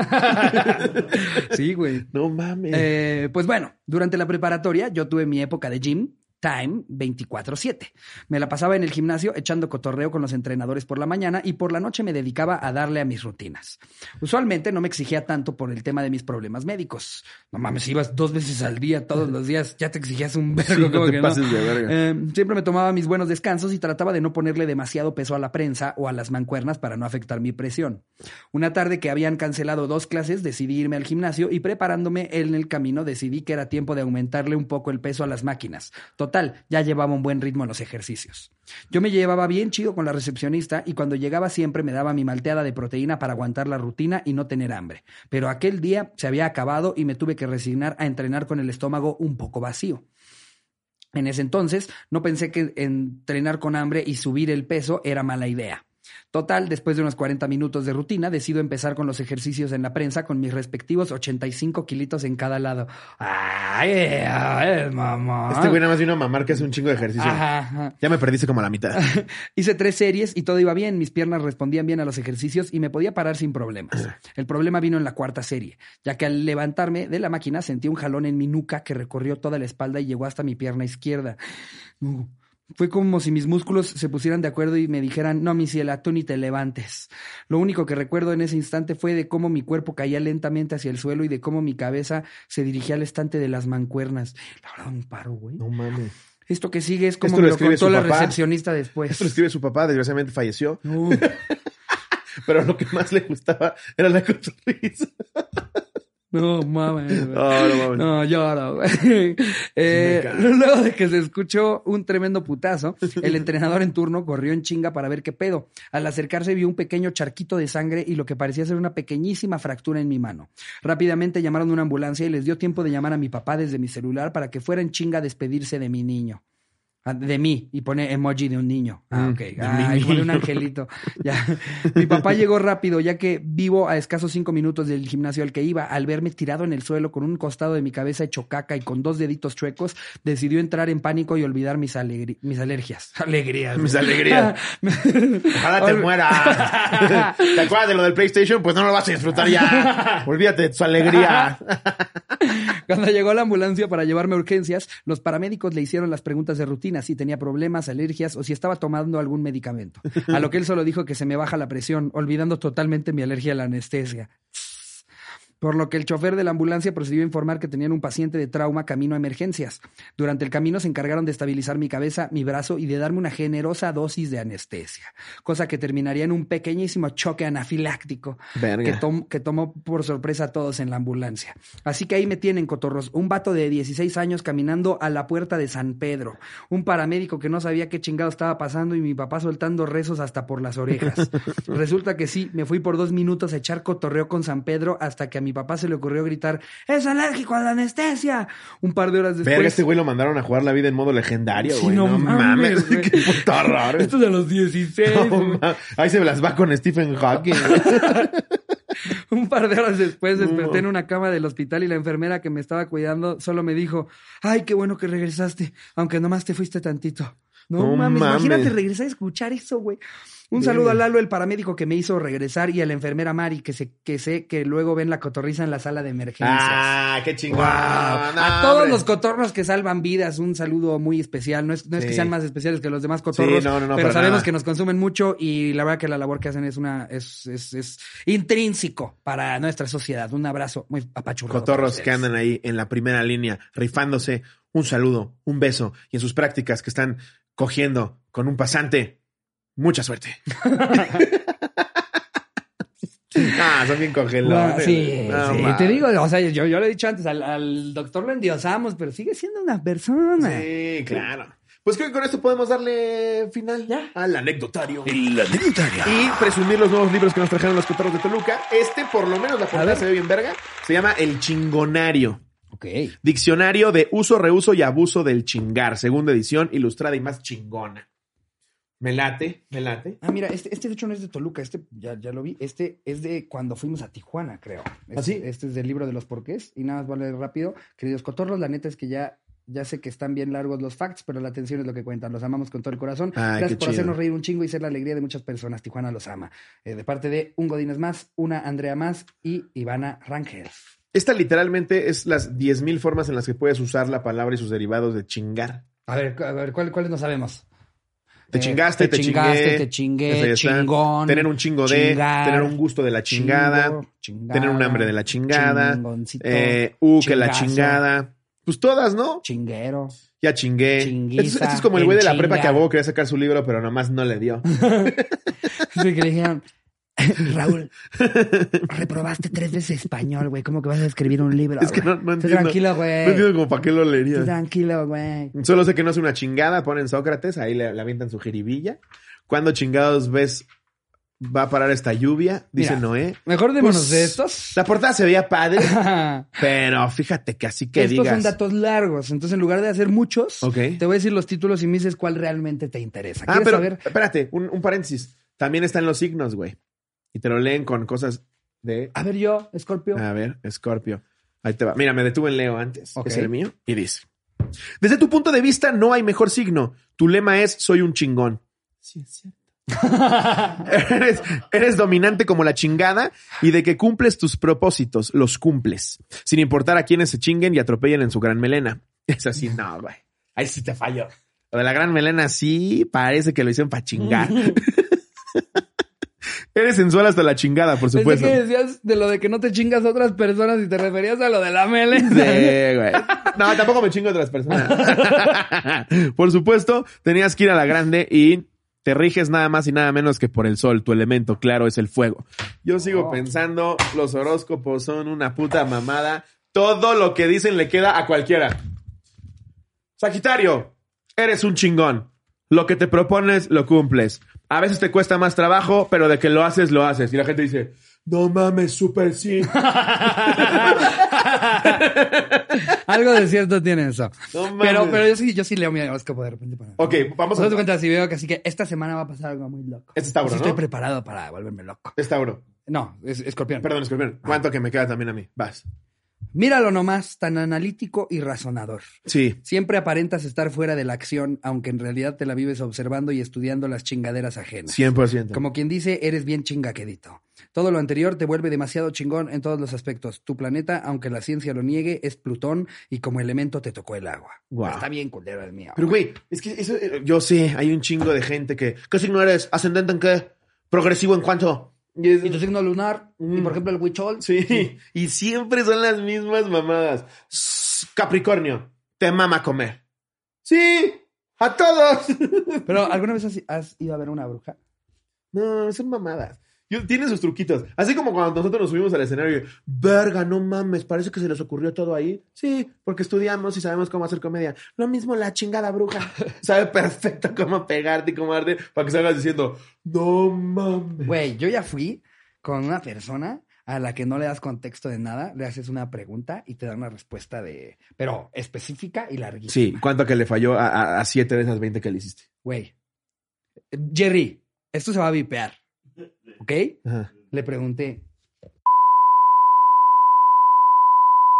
Sí, güey. No mames. Eh, pues bueno, durante la preparatoria yo tuve mi época de gym time veinticuatro siete. Me la pasaba en el gimnasio echando cotorreo con los entrenadores por la mañana y por la noche me dedicaba a darle a mis rutinas. Usualmente no me exigía tanto por el tema de mis problemas médicos. No mames, ibas dos veces al día, todos los días, ya te exigías un vergo. Sí, no como te que pases de verga. Eh, siempre me tomaba mis buenos descansos y trataba de no ponerle demasiado peso a la prensa o a las mancuernas para no afectar mi presión. Una tarde que habían cancelado dos clases, decidí irme al gimnasio y preparándome en el camino decidí que era tiempo de aumentarle un poco el peso a las máquinas. Total, ya llevaba un buen ritmo en los ejercicios. Yo me llevaba bien chido con la recepcionista y cuando llegaba siempre me daba mi malteada de proteína para aguantar la rutina y no tener hambre. Pero aquel día se había acabado y me tuve que resignar a entrenar con el estómago un poco vacío. En ese entonces no pensé que entrenar con hambre y subir el peso era mala idea. Total, después de unos cuarenta minutos de rutina, decido empezar con los ejercicios en la prensa con mis respectivos ochenta y cinco kilitos en cada lado. ¡Ay, ay, mamá! Este güey nada más vino a mamar que hace un chingo de ejercicio. Ajá, ajá. Ya me perdiste como a la mitad. Hice tres series y todo iba bien. Mis piernas respondían bien a los ejercicios y me podía parar sin problemas. El problema vino en la cuarta serie, ya que al levantarme de la máquina sentí un jalón en mi nuca que recorrió toda la espalda y llegó hasta mi pierna izquierda. Uh. Fue como si mis músculos se pusieran de acuerdo y me dijeran, no, mi ciela, tú ni te levantes. Lo único que recuerdo en ese instante fue de cómo mi cuerpo caía lentamente hacia el suelo y de cómo mi cabeza se dirigía al estante de las mancuernas. La verdad, un paro, güey. No mames. Esto que sigue es como Esto me lo lo escribe contó su la papá. recepcionista después. Esto lo escribe su papá, desgraciadamente falleció. Uh. Pero lo que más le gustaba era la cotorriza. No mames, güey. No, no mames. No, lloro, güey. Eh, Sí me cae. luego de que se escuchó un tremendo putazo, el entrenador en turno corrió en chinga para ver qué pedo. Al acercarse vio un pequeño charquito de sangre y lo que parecía ser una pequeñísima fractura en mi mano. Rápidamente llamaron a una ambulancia y les dio tiempo de llamar a mi papá desde mi celular para que fuera en chinga a despedirse de mi niño. Ah, de mí, y pone emoji de un niño. Ah, Mm, ok. de Ah, mi y pone un niño. angelito. Ya. Mi papá llegó rápido, ya que vivo a escasos cinco minutos del gimnasio al que iba. Al verme tirado en el suelo con un costado de mi cabeza hecho caca y con dos deditos chuecos, decidió entrar en pánico y olvidar mis, alegri- mis alergias. Alegrías. Mis alegrías. Ojalá te muera. ¿Te acuerdas de lo del PlayStation? Pues no lo vas a disfrutar ya. Olvídate de tu alegría. Cuando llegó la ambulancia para llevarme a urgencias, los paramédicos le hicieron las preguntas de rutina, si tenía problemas, alergias o si estaba tomando algún medicamento. A lo que él solo dijo que se me baja la presión, olvidando totalmente mi alergia a la anestesia. Por lo que el chofer de la ambulancia procedió a informar que tenían un paciente de trauma camino a emergencias. Durante el camino se encargaron de estabilizar mi cabeza, mi brazo y de darme una generosa dosis de anestesia, cosa que terminaría en un pequeñísimo choque anafiláctico Verga. que, tom- que tomó por sorpresa a todos en la ambulancia. Así que ahí me tienen, cotorros, un vato de dieciséis años caminando a la puerta de San Pedro, un paramédico que no sabía qué chingado estaba pasando y mi papá soltando rezos hasta por las orejas. Resulta que sí, me fui por dos minutos a echar cotorreo con San Pedro hasta que a mi papá se le ocurrió gritar ¡es alérgico a la anestesia! Un par de horas después... Verga, este güey lo mandaron a jugar la vida en modo legendario, Sí, güey. no no mames, mames. güey. Qué puto horror. Esto es de los dieciséis, No, güey. ma- Ahí se las va con Stephen Hawking. Un par de horas después desperté No. en una cama del hospital y la enfermera que me estaba cuidando solo me dijo, ay, qué bueno que regresaste, aunque nomás te fuiste tantito. No, No mames, mames. imagínate regresar a escuchar eso, güey. Un Bien. saludo a Lalo, el paramédico que me hizo regresar, y a la enfermera Mari, que, se, que sé que luego ven la cotorriza en la sala de emergencias. Ah, qué chingón. Wow. No, A todos hombre. los cotorros que salvan vidas, un saludo muy especial. No es, no es Sí. que sean más especiales que los demás cotorros, Sí, no, no, no, pero para sabemos nada. que nos consumen mucho, y la verdad que la labor que hacen es una es, es, es intrínseco para nuestra sociedad. Un abrazo muy apachurrado. Cotorros que andan ahí en la primera línea, rifándose. Un saludo, un beso. Y en sus prácticas que están cogiendo con un pasante, mucha suerte. Ah, son bien cogelones. Sí, No, sí, mames. te digo, o sea, yo, yo lo he dicho antes, al, al doctor lo endiosamos, pero sigue siendo una persona. Sí, claro. Pues creo que con esto podemos darle final Ya. al anecdotario. El anecdotario. Y presumir los nuevos libros que nos trajeron los cotorros de Toluca. Este, por lo menos la portada ver. se ve bien verga. Se llama El Chingonario. Ok. Diccionario de uso, reuso y abuso del chingar. Segunda edición, ilustrada y más chingona. Me late, me late. Ah, mira, este, este de hecho no es de Toluca, este ya, ya lo vi. Este es de cuando fuimos a Tijuana, creo. Este, ¿Ah, sí? Este es del libro de los porqués. Y nada más vale rápido. Queridos cotorros, la neta es que ya, ya sé que están bien largos los facts, pero la atención es lo que cuentan. Los amamos con todo el corazón. Ay, Gracias qué por chido. hacernos reír un chingo y ser la alegría de muchas personas. Tijuana los ama. Eh, de parte de un Godínez más, una Andrea más y Ivana Rangel. Esta literalmente es las diez mil formas en las que puedes usar la palabra y sus derivados de chingar. A ver, a ver, ¿cuál- ¿cuáles no sabemos? Te Eh, chingaste, te, chingaste, chingué. te chingué, Eso ya está. chingón, Tener un chingo de, chingar, tener un gusto de la chingada, chingo, chingada, tener un hambre de la chingada, chingoncito, eh, uh, que la chingazo, chingada. Pues todas, ¿no? chinguero. Ya chingué. Chinguiza, Esto, esto es como el güey de la en prepa chinga. que a huevo quería sacar su libro, pero nomás no le dio. Sí, que le dijeron, Raúl, reprobaste tres veces español, güey. ¿Cómo que vas a escribir un libro? Es que güey? no, no Tú entiendo. tranquilo, No güey. entiendo como para qué lo Tú leería. tranquilo, güey. Solo sé que no es una chingada, ponen Sócrates, ahí le, le avientan su jiribilla. ¿Cuándo chingados ves va a parar esta lluvia? Dice Mira, Noé. Mejor démonos Pues, de estos. La portada se veía padre, pero fíjate que así que Estos digas. son datos largos, entonces en lugar de hacer muchos, Ok. te voy a decir los títulos y me dices cuál realmente te interesa. Ah, ¿Quieres pero saber? espérate, un, un paréntesis. También están los signos, güey. Y te lo leen con cosas de... A ver yo, Scorpio. A ver, Escorpio. Ahí te va. Mira, me detuve en Leo antes. Ok. Es el mío. Y dice: desde tu punto de vista, no hay mejor signo. Tu lema es: soy un chingón. Sí, es cierto. eres, eres dominante como la chingada y de que cumples tus propósitos, los cumples. Sin importar a quienes se chinguen y atropellen en su gran melena. Es así, no, güey. Ahí sí te falló. Lo de la gran melena sí parece que lo hicieron para chingar. Eres sensual hasta la chingada, por Pensé supuesto. que decías de lo de que no te chingas a otras personas y te referías a lo de la melena. Sí, güey. No, tampoco me chingo a otras personas. Por supuesto, tenías que ir a la grande y te riges nada más y nada menos que por el sol. Tu elemento claro es el fuego. Yo sigo Oh. pensando, los horóscopos son una puta mamada. Todo lo que dicen le queda a cualquiera. Sagitario, eres un chingón. Lo que te propones, lo cumples. A veces te cuesta más trabajo, pero de que lo haces, lo haces. Y la gente dice: no mames, súper sí. Algo de cierto tiene eso. No mames. pero, pero yo sí, yo sí leo mi horóscopo de repente para. Ok, vamos Vamos a... a cuenta si veo que así que esta semana va a pasar algo muy loco. Este es Tauro, Sí ¿no? Estoy preparado para volverme loco. Es Tauro. No, es escorpión. Perdón, escorpión. ¿Cuánto que me queda también a mí? Vas. Míralo nomás, tan analítico y razonador. Sí. Siempre aparentas estar fuera de la acción, aunque en realidad te la vives observando y estudiando las chingaderas ajenas. cien por ciento. Como quien dice, eres bien chingaquedito. Todo lo anterior te vuelve demasiado chingón en todos los aspectos. Tu planeta, aunque la ciencia lo niegue, es Plutón y como elemento te tocó el agua. Guau. Está bien culero el mío. Pero, güey, es que eso, eh, yo sé, hay un chingo de gente que... ¿Qué signo eres? ¿Ascendente en qué? ¿Progresivo en cuánto? Y es- ¿Y tu signo lunar? Mm. ¿Y por ejemplo el huichol? Sí, y siempre son las mismas mamadas. S- Capricornio, te mama comer. Sí, a todos. Pero ¿alguna vez has, has ido a ver una bruja? No, son mamadas. Yo, tienen sus truquitos. Así como cuando nosotros nos subimos al escenario y, verga, no mames, parece que se les ocurrió todo ahí. Sí, porque estudiamos y sabemos cómo hacer comedia. Lo mismo la chingada bruja. Sabe perfecto cómo pegarte y cómo darte para que salgas diciendo, no mames. Güey, yo ya fui con una persona a la que no le das contexto de nada, le haces una pregunta y te da una respuesta de... pero específica y larguísima. Sí, ¿cuánto que le falló a, a, a siete de esas veinte que le hiciste? Güey. Jerry, esto se va a vipear. ¿Ok? Ajá. Le pregunté.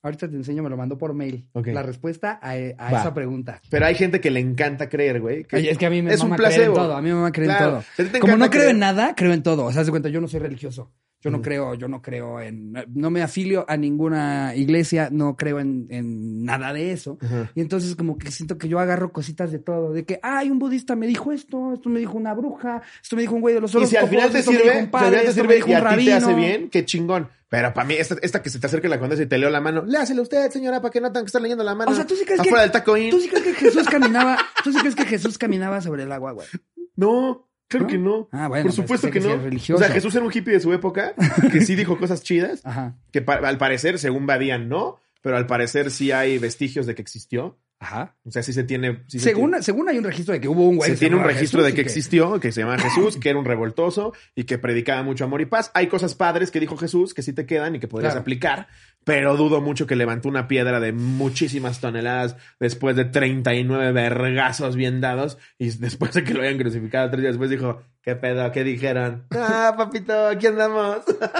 Ahorita te enseño, me lo mandó por mail. Okay. La respuesta a, a esa pregunta. Pero hay gente que le encanta creer, güey. Oye, es que a mí me es mama un creer en todo. A mí me mama creer claro. en todo. Como no creo creer. en nada, creo en todo. O sea, haz de cuenta, yo no soy religioso. Yo no mm. creo, yo no creo en... No me afilio a ninguna iglesia, no creo en, en nada de eso. Uh-huh. Y entonces como que siento que yo agarro cositas de todo. De que, ay, un budista me dijo esto, esto me dijo una bruja, esto me dijo un güey de los horóscopos, y si al final te esto sirve, me dijo un padre, si al final te sirve esto y me dijo a un ti te rabino. hace bien, qué chingón. Pero para mí, esta, esta que se te acerca la condesa y te leo la mano, léasela usted, señora, para que no tengan que estar leyendo la mano. O sea, ¿tú sí crees afuera que, del taco in. ¿tú sí crees que Jesús caminaba, tú sí crees que Jesús caminaba sobre el agua, güey? No. Claro ¿no? que no. Ah, bueno, por supuesto pues, que, que no. Religioso. O sea, Jesús era un hippie de su época que sí dijo cosas chidas. Ajá. Que pa- al parecer, según Badian, no. Pero al parecer sí hay vestigios de que existió. Ajá. O sea, sí se tiene... Sí según, se tiene, según hay un registro de que hubo un güey. Se tiene un registro Jesús de que, que existió, que se llama Jesús, que era un revoltoso y que predicaba mucho amor y paz. Hay cosas padres que dijo Jesús que sí te quedan y que podrías claro. aplicar, pero dudo mucho que levantó una piedra de muchísimas toneladas después de treinta y nueve vergazos bien dados y después de que lo hayan crucificado tres días después dijo, ¿qué pedo? ¿Qué dijeron? Ah, papito, aquí andamos.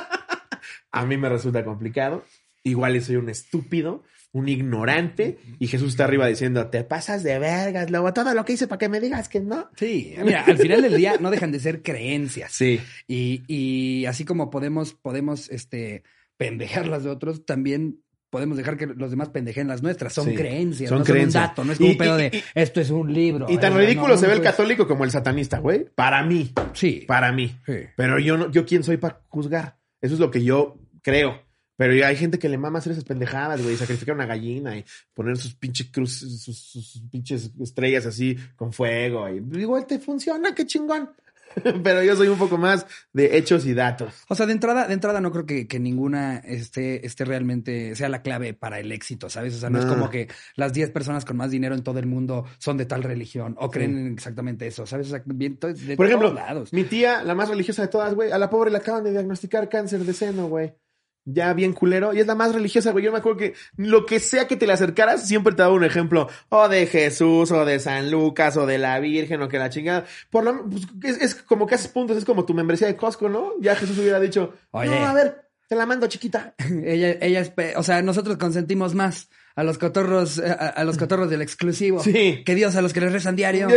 A mí me resulta complicado. Igual soy un estúpido, un ignorante, y Jesús está arriba diciendo, te pasas de vergas, luego todo lo que hice para que me digas que no. Sí, mira, al final del día no dejan de ser creencias. Sí. Y, y así como podemos, podemos, este, pendejar las de otros, también podemos dejar que los demás pendejen las nuestras. Son sí. creencias, son no creencias. son un dato, no es como y, un pedo y, de, y, esto es un libro. Y tan eh, ridículo no, se ve pues... el católico como el satanista, güey. Para mí. Sí. Para mí. Sí. Pero yo no, yo quién soy para juzgar. Eso es lo que yo creo. Pero ya hay gente que le mama hacer esas pendejadas, güey. Sacrificar una gallina y poner sus pinches cruces, sus, sus pinches estrellas así con fuego. Y igual te funciona, qué chingón. Pero yo soy un poco más de hechos y datos. O sea, de entrada, de entrada no creo que, que ninguna esté, esté realmente sea la clave para el éxito, ¿sabes? O sea, no, no. es como que las diez personas con más dinero en todo el mundo son de tal religión o creen sí. en exactamente eso, ¿sabes? O sea, bien, de Por ejemplo, todos lados. Mi tía, la más religiosa de todas, güey, a la pobre le acaban de diagnosticar cáncer de seno, güey. Ya bien culero, y es la más religiosa, güey. Yo me acuerdo que lo que sea que te le acercaras, siempre te daba un ejemplo, o de Jesús, o de San Lucas, o de la Virgen, o que la chingada. Por lo pues, es, es como que haces puntos, es como tu membresía de Costco, ¿no? Ya Jesús hubiera dicho, oye, no, a ver, te la mando chiquita. ella, ella es, o sea, nosotros consentimos más a los cotorros, a, a los cotorros del exclusivo. Sí. Que Dios a los que les rezan diario.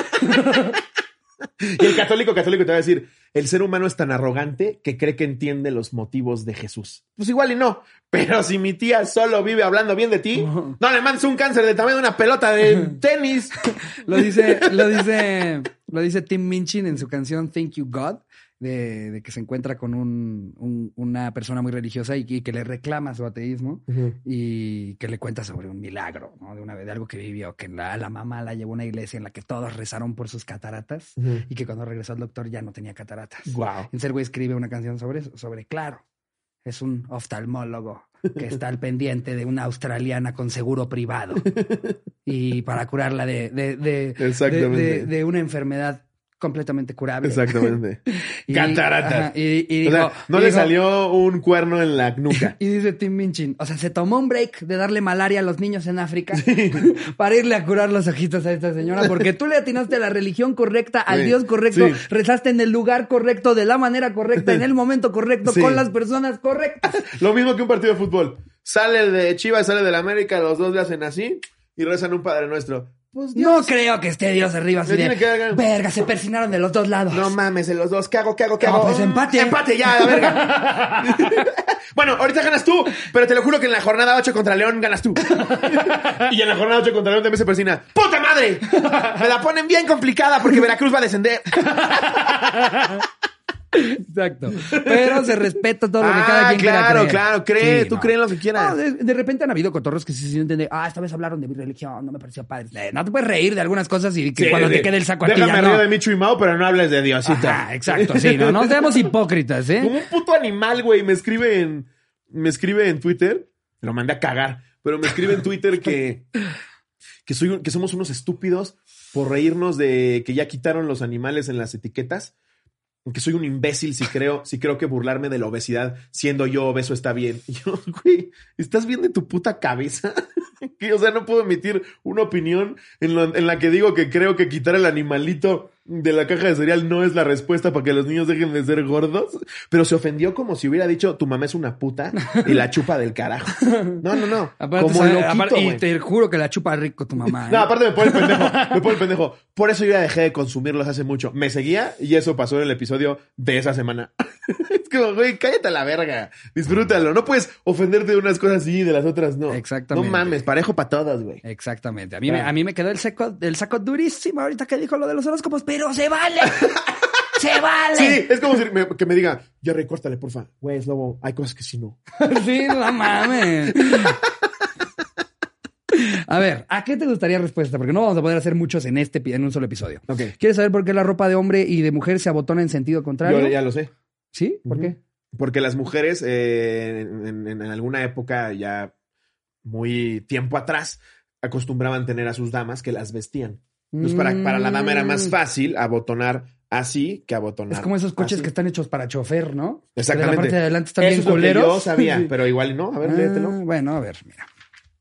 Y el católico católico te va a decir, el ser humano es tan arrogante que cree que entiende los motivos de Jesús. Pues igual y no. Pero si mi tía solo vive hablando bien de ti, uh-huh. no le mandes un cáncer de tamaño de una pelota de tenis. Lo dice, lo dice, lo dice Tim Minchin en su canción Thank You God, de, de que se encuentra con un, un, una persona muy religiosa y, y que le reclama su ateísmo uh-huh. y que le cuenta sobre un milagro, ¿no? De una vez, de algo que vivió, que la, la mamá la llevó a una iglesia en la que todos rezaron por sus cataratas uh-huh. y que cuando regresó al doctor ya no tenía cataratas. Wow. Entonces el güey escribe una canción sobre eso, sobre claro, es un oftalmólogo que está al pendiente de una australiana con seguro privado y para curarla de, de, de, de, de, de una enfermedad completamente curable. Exactamente. y, Cataratas. Ajá, y, y dijo, o sea, no y le dijo, salió un cuerno en la nuca. Y dice Tim Minchin, o sea, se tomó un break de darle malaria a los niños en África sí. para irle a curar los ojitos a esta señora, porque tú le atinaste a la religión correcta, al sí. Dios correcto, sí. rezaste en el lugar correcto, de la manera correcta, en el momento correcto, sí. con las personas correctas. Lo mismo que un partido de fútbol. Sale de Chivas, sale de la América, los dos le hacen así y rezan un Padre Nuestro. Pues no creo que esté Dios arriba así de, que... verga, se persinaron de los dos lados. No mames, en los dos. ¿Qué hago? ¿Qué hago? ¿Qué hago? No, pues empate. Empate ya, la verga. Bueno, ahorita ganas tú, pero te lo juro que en la jornada ocho contra León ganas tú. Y en la jornada ocho contra León también se persina. ¡Puta madre! Me la ponen bien complicada porque Veracruz va a descender. Exacto. Pero se respeta todo lo que ah, cada quien claro, quiera creer. Claro, cree, sí, tú no. crees lo que quieras. No, de, de repente han habido cotorros que sí se entienden. Ah, esta vez hablaron de mi religión, no me pareció padre. Eh, no te puedes reír de algunas cosas y que sí, cuando de, te quede el saco a ti déjame ya río no. de Michu y Mao, pero no hables de Diosita. Ah, exacto, sí, no, no seamos hipócritas, ¿eh? Como un puto animal, güey, me escribe en me escribe en Twitter, lo mandé a cagar, pero me escribe en Twitter que que soy que somos unos estúpidos por reírnos de que ya quitaron los animales en las etiquetas. Que soy un imbécil si creo, si creo que burlarme de la obesidad siendo yo obeso está bien. Y yo, güey, ¿estás bien de tu puta cabeza? que, o sea, no puedo emitir una opinión en, lo, en la que digo que creo que quitar el animalito de la caja de cereal no es la respuesta para que los niños dejen de ser gordos, pero se ofendió como si hubiera dicho tu mamá es una puta y la chupa del carajo. No, no, no. Aparte, como sabe, loquito, aparte, y güey. te juro que la chupa rico tu mamá. ¿eh? No, aparte me pone el pendejo, me pone el pendejo. Por eso yo ya dejé de consumirlos hace mucho. Me seguía y eso pasó en el episodio de esa semana. Es como, güey, cállate a la verga. Disfrútalo. No puedes ofenderte de unas cosas sí y de las otras no. Exactamente. No mames, parejo para todas, güey. Exactamente. A mí, me, a mí me quedó el, seco, el saco durísimo ahorita que dijo lo de los horóscopos, pero se vale. ¡Se vale! Sí, es como si me, que me diga, ya recórtale, porfa. Güey, es lobo, hay cosas que sí no. Sí, no mames. A ver, ¿a qué te gustaría respuesta? Porque no vamos a poder hacer muchos en este en un solo episodio. Okay. ¿Quieres saber por qué la ropa de hombre y de mujer se abotona en sentido contrario? Yo ya lo sé. ¿Sí? ¿Por uh-huh. qué? Porque las mujeres eh, en, en, en alguna época ya muy tiempo atrás acostumbraban tener a sus damas que las vestían. Entonces, para, para la dama era más fácil abotonar así que abotonar. Es como esos coches así. Que están hechos para chofer, ¿no? Exactamente. Que de la parte de adelante están Eso bien es lo culeros. que yo sabía, pero igual no. A ver, ah, léetelo. Bueno, a ver, mira.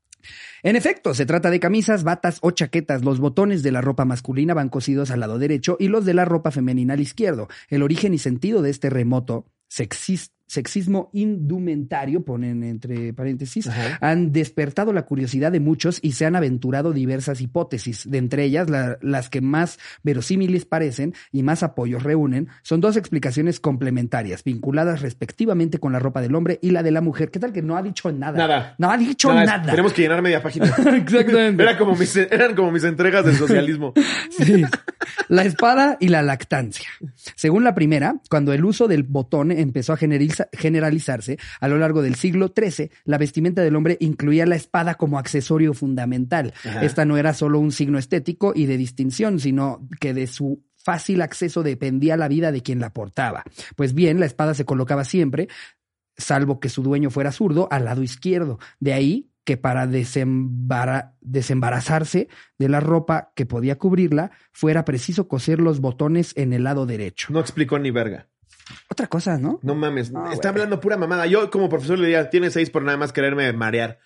En efecto, se trata de camisas, batas o chaquetas. Los botones de la ropa masculina van cosidos al lado derecho y los de la ropa femenina al izquierdo. El origen y sentido de este remoto sexista sexismo indumentario, ponen entre paréntesis, ajá, han despertado la curiosidad de muchos y se han aventurado diversas hipótesis. De entre ellas, la, las que más verosímiles parecen y más apoyos reúnen, son dos explicaciones complementarias, vinculadas respectivamente con la ropa del hombre y la de la mujer. ¿Qué tal que no ha dicho nada? Nada. No ha dicho nada. nada. Tenemos que llenar media página. Exactamente. Era como mis, eran como mis entregas del socialismo. Sí. La espada y la lactancia. Según la primera, cuando el uso del botón empezó a generalizar generalizarse a lo largo del siglo trece, la vestimenta del hombre incluía la espada como accesorio fundamental. Ajá. Esta no era solo un signo estético y de distinción, sino que de su fácil acceso dependía la vida de quien la portaba. Pues bien, la espada se colocaba siempre, salvo que su dueño fuera zurdo, al lado izquierdo. De ahí que para desembara- desembarazarse de la ropa que podía cubrirla, fuera preciso coser los botones en el lado derecho. No explicó ni verga. Otra cosa, ¿no? No mames, no, está güey. hablando pura mamada. Yo como profesor le diría, tiene seis por nada más quererme marear.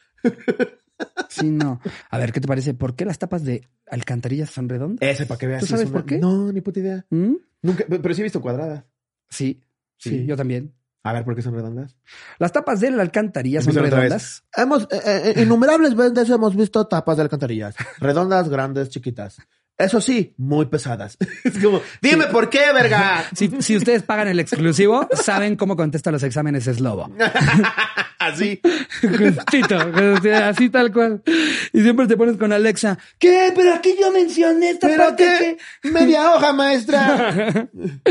Sí, no. A ver, ¿qué te parece? ¿Por qué las tapas de alcantarillas son redondas? Ese, para que veas. ¿Tú sabes una... por qué? No, ni puta idea. ¿Mm? Nunca, pero sí he visto cuadradas. Sí, sí, Sí. yo también. A ver, ¿por qué son redondas? Las tapas de la alcantarilla son Empiezan otra redondas. Hemos, eh, eh, innumerables veces hemos visto tapas de alcantarillas. Redondas, grandes, chiquitas. Eso sí, muy pesadas. Es como, dime Sí. por qué, verga. Si, si ustedes pagan el exclusivo, saben cómo contesta los exámenes Slobo. Así. Justito, así tal cual. Y siempre te pones con Alexa. ¿Qué? Pero aquí yo mencioné esta ¿Pero parte qué? Media hoja, maestra.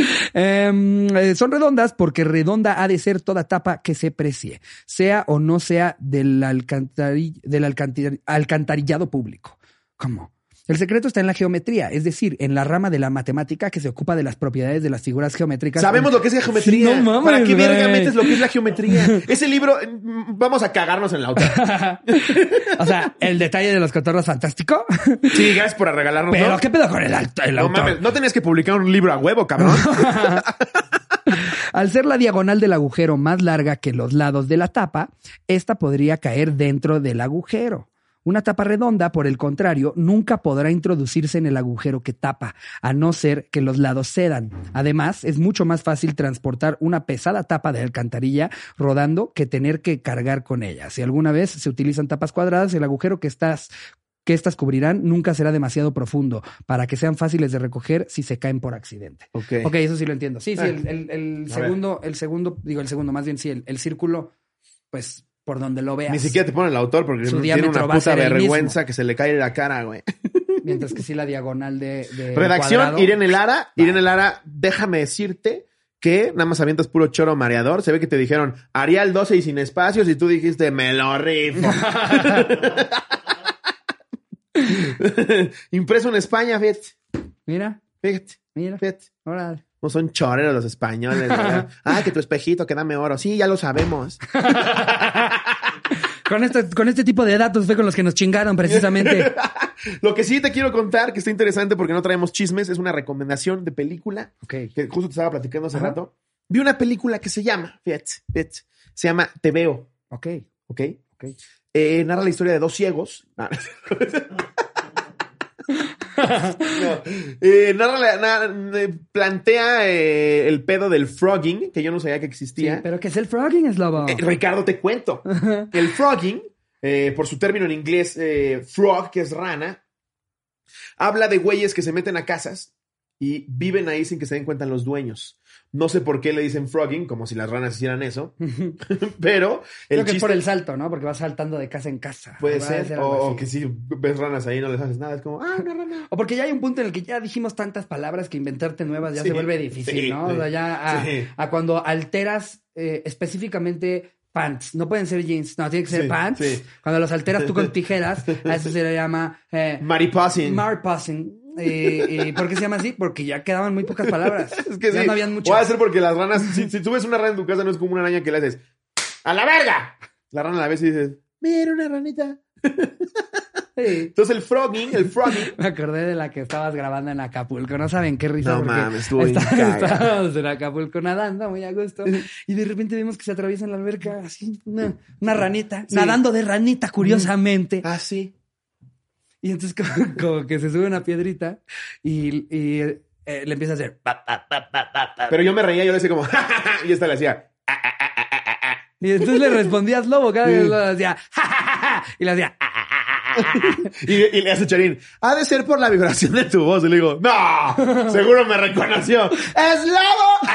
eh, son redondas porque redonda ha de ser toda tapa que se precie, sea o no sea del, alcantari- del alcantar- alcantarillado público. ¿Cómo? El secreto está en la geometría, es decir, en la rama de la matemática que se ocupa de las propiedades de las figuras geométricas. Sabemos lo que es la geometría. Sí, no mames, ¿Para qué verga güey. metes lo que es la geometría? Ese libro, mm, vamos a cagarnos en la otra. O sea, el detalle de los cotorros fantástico. Sí, gracias por regalarnos. Pero ¿no? ¿qué pedo con el, alto, el No autor? mames, no tenías que publicar un libro a huevo, cabrón. Al ser la diagonal del agujero más larga que los lados de la tapa, esta podría caer dentro del agujero. Una tapa redonda, por el contrario, nunca podrá introducirse en el agujero que tapa, a no ser que los lados cedan. Además, es mucho más fácil transportar una pesada tapa de alcantarilla rodando que tener que cargar con ella. Si alguna vez se utilizan tapas cuadradas, el agujero que estás que estas cubrirán nunca será demasiado profundo para que sean fáciles de recoger si se caen por accidente. Ok. Ok, eso sí lo entiendo. Sí, sí, Ah. el, el, el A segundo, el segundo, digo el segundo, más bien sí, el, el círculo, pues por donde lo veas. Ni siquiera te pone el autor porque Su tiene diámetro una va a puta ser el vergüenza mismo. que se le cae la cara, güey. Mientras que sí la diagonal de, de Redacción, cuadrado. Irene Lara. Irene Lara, déjame decirte que nada más avientas puro choro mareador. Se ve que te dijeron Arial doce y sin espacios y tú dijiste, me lo rifo. Impreso en España, fíjate. Mira, Fíjate, mira. fíjate. Órale. No son choreros los españoles, ¿verdad? Ah, que tu espejito, que dame oro. Sí, ya lo sabemos. Con este, con este tipo de datos fue con los que nos chingaron precisamente. Lo que sí te quiero contar, que está interesante porque no traemos chismes, es una recomendación de película. Ok. Que justo te estaba platicando hace Ajá. rato. Vi una película que se llama, fíjate, fíjate, se llama Te Veo, Ok. ¿ok? Ok. Eh, narra la historia de dos ciegos. Ah. no. Eh, narra, narra, plantea eh, el pedo del frogging, que yo no sabía que existía. Sí, pero ¿qué es el frogging, es lobo? Eh, Ricardo, te cuento. El frogging, eh, por su término en inglés, eh, frog, que es rana, habla de güeyes que se meten a casas y viven ahí sin que se den cuenta los dueños. No sé por qué le dicen frogging, como si las ranas hicieran eso. Pero el Creo que chiste... es por el salto, ¿no? Porque vas saltando de casa en casa. Puede Va a ser, ser o, algo o así. que si ves ranas ahí no les haces nada. Es como, ah, una rana. O porque ya hay un punto en el que ya dijimos tantas palabras que inventarte nuevas ya Sí, se vuelve difícil, sí, ¿no? sí, O sea, ya a, sí. a cuando alteras eh, específicamente pants. No pueden ser jeans, no, tiene que ser Sí, pants. sí. Cuando los alteras tú con tijeras, a eso se le llama... Eh, Mariposing. Mariposing. ¿Y, y por qué se llama así? Porque ya quedaban muy pocas palabras. Es que ya sí. no habían muchas. O va a ser porque las ranas, si, si tú ves una rana en tu casa, no es como una araña que le haces ¡a la verga! La rana la ves y dices, mira una ranita. Sí. Entonces el frogging, el frogging. Me acordé de la que estabas grabando en Acapulco. No saben qué risa. No porque mames, estuvo bien está- cagado. estábamos en Acapulco nadando muy a gusto. Y de repente vemos que se atraviesa en la alberca así una, una ranita. Sí. Nadando de ranita, curiosamente. Ah, sí. Y entonces como, como que se sube una piedrita y, y eh, le empieza a hacer... pa, pa, pa, pa, pa, pa. Pero yo me reía, yo le decía como, y esta le hacía. Y entonces le respondías lobo cada Sí. vez lo hacía... y le hacía... Y, y le hace Charín, ha de ser por la vibración de tu voz. Y le digo, no, seguro me reconoció. ¡Es lobo!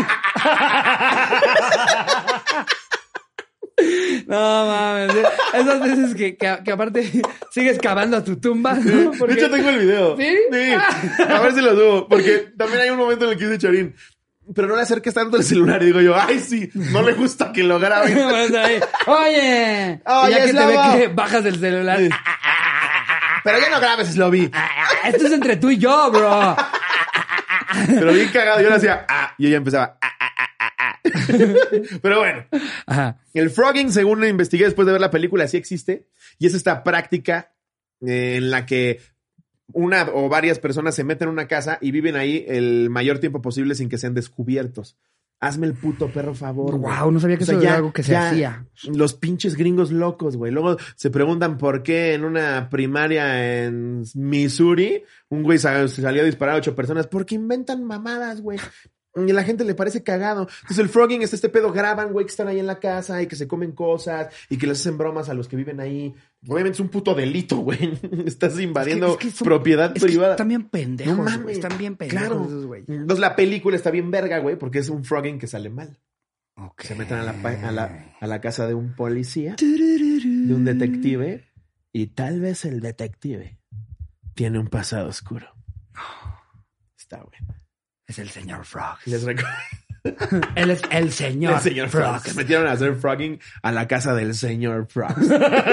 No mames, eh. Esas veces que, que, que aparte sigues cavando a tu tumba, ¿no? De Porque- hecho, tengo el video. ¿Sí? Sí. A ver si lo subo. Porque también hay un momento en el que dice Charín, pero no le acerques tanto el celular. Y digo yo, ay, sí, no le gusta que lo grabe. Pues ahí, Oye, Oye, y ya que te Slobo. ve que bajas el celular. Sí. Pero ya no grabes, lo vi. Esto es entre tú y yo, bro. Pero bien cagado. Yo le hacía, ah, y ella empezaba, ah, ah, ah, ah, ah. Pero bueno, Ajá. el frogging, según lo investigué después de ver la película, sí existe. Y es esta práctica eh, en la que una o varias personas se meten en una casa y viven ahí el mayor tiempo posible sin que sean descubiertos. Hazme el puto perro favor. güey. Wow, no sabía que O sea, eso ya- era algo que se ya hacía. Los pinches gringos locos, güey. Luego se preguntan por qué en una primaria en Missouri un güey sal- salió a disparar a ocho personas. Porque inventan mamadas, güey. Y a la gente le parece cagado. Entonces el frogging es este pedo, graban, güey, que están ahí en la casa y que se comen cosas y que les hacen bromas a los que viven ahí. Obviamente es un puto delito, güey. Estás invadiendo Es que- es que son- propiedad Es que privada. están bien pendejos, No güey. mames. Están bien pendejos Claro. esos güey. Entonces la película está bien verga, güey, porque es un frogging que sale mal. Ok. Se meten a la, pa- a la, a la casa de un policía, de un detective, y tal vez el detective tiene un pasado oscuro. Está bueno. Es el señor Frogs. Les recuerdo. Él es el señor, El señor Frogs. Frogs. Se metieron a hacer frogging a la casa del señor Frogs.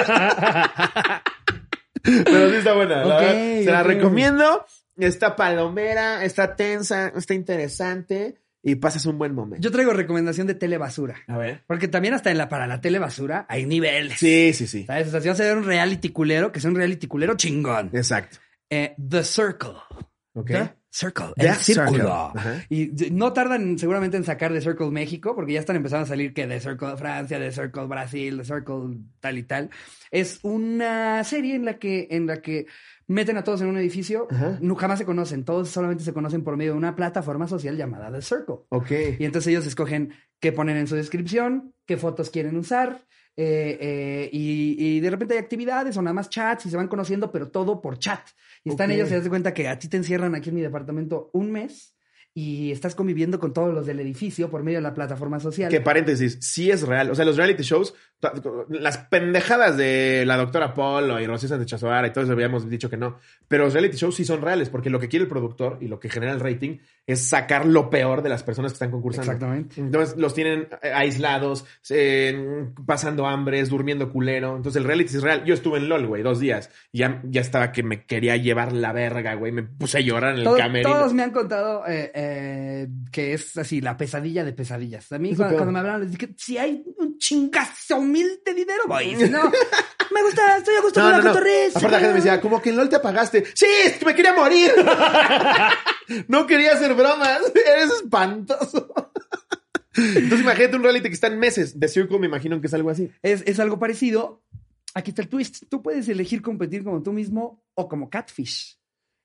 Pero sí está buena. la Ok, verdad. Se la ok. recomiendo. Está palomera, está tensa, está interesante y pasas un buen momento. Yo traigo recomendación de telebasura. A ver. Porque también hasta en la, para la telebasura hay niveles. Sí, sí, sí. ¿Sabes? O sea, si vas a ver un reality culero, que sea un reality culero chingón. Exacto. Eh, The Circle. Ok. The Circle. The El círculo. Circle. Ajá. Y d- no tardan seguramente en sacar The Circle México, porque ya están empezando a salir que The Circle Francia, The Circle Brasil, The Circle tal y tal. Es una serie en la que, en la que meten a todos en un edificio, Ajá. no, jamás se conocen, todos solamente se conocen por medio de una plataforma social llamada The Circle. Ok. Y entonces ellos escogen qué ponen en su descripción, qué fotos quieren usar, eh, eh, y, y de repente hay actividades o nada más chats y se van conociendo, pero todo por chat. Y están Ok. ellos, se das cuenta que a ti te encierran aquí en mi departamento un mes y estás conviviendo con todos los del edificio por medio de la plataforma social. Que paréntesis, sí es real. O sea, los reality shows, ta- las pendejadas de la doctora Polo y Rocío Sánchez Chazoara y todo eso habíamos dicho que no. Pero los reality shows sí son reales, porque lo que quiere el productor y lo que genera el rating es sacar lo peor de las personas que están concursando. Exactamente. Entonces los tienen eh, aislados, eh, pasando hambres, durmiendo culero. Entonces el reality es real. Yo estuve en LOL, güey, dos días. Y ya, ya estaba que me quería llevar la verga, güey. Me puse a llorar en el Todo- camerino. todos me han contado eh, eh, que es así, la pesadilla de pesadillas. A mí Es lo cuando, peor. cuando me hablaban les dije, si hay un chingazo mil de dinero, voy. Si no, me gusta, estoy a gusto No, con no, la no. cotorriza. Aparte la gente me decía, como que en LOL te apagaste. Sí, es que me quería morir. No quería hacer bromas. Eres espantoso. Entonces imagínate un reality que está en meses. The Circle me imagino que es algo así. Es, es algo parecido. Aquí está el twist. Tú puedes elegir competir como tú mismo o como catfish.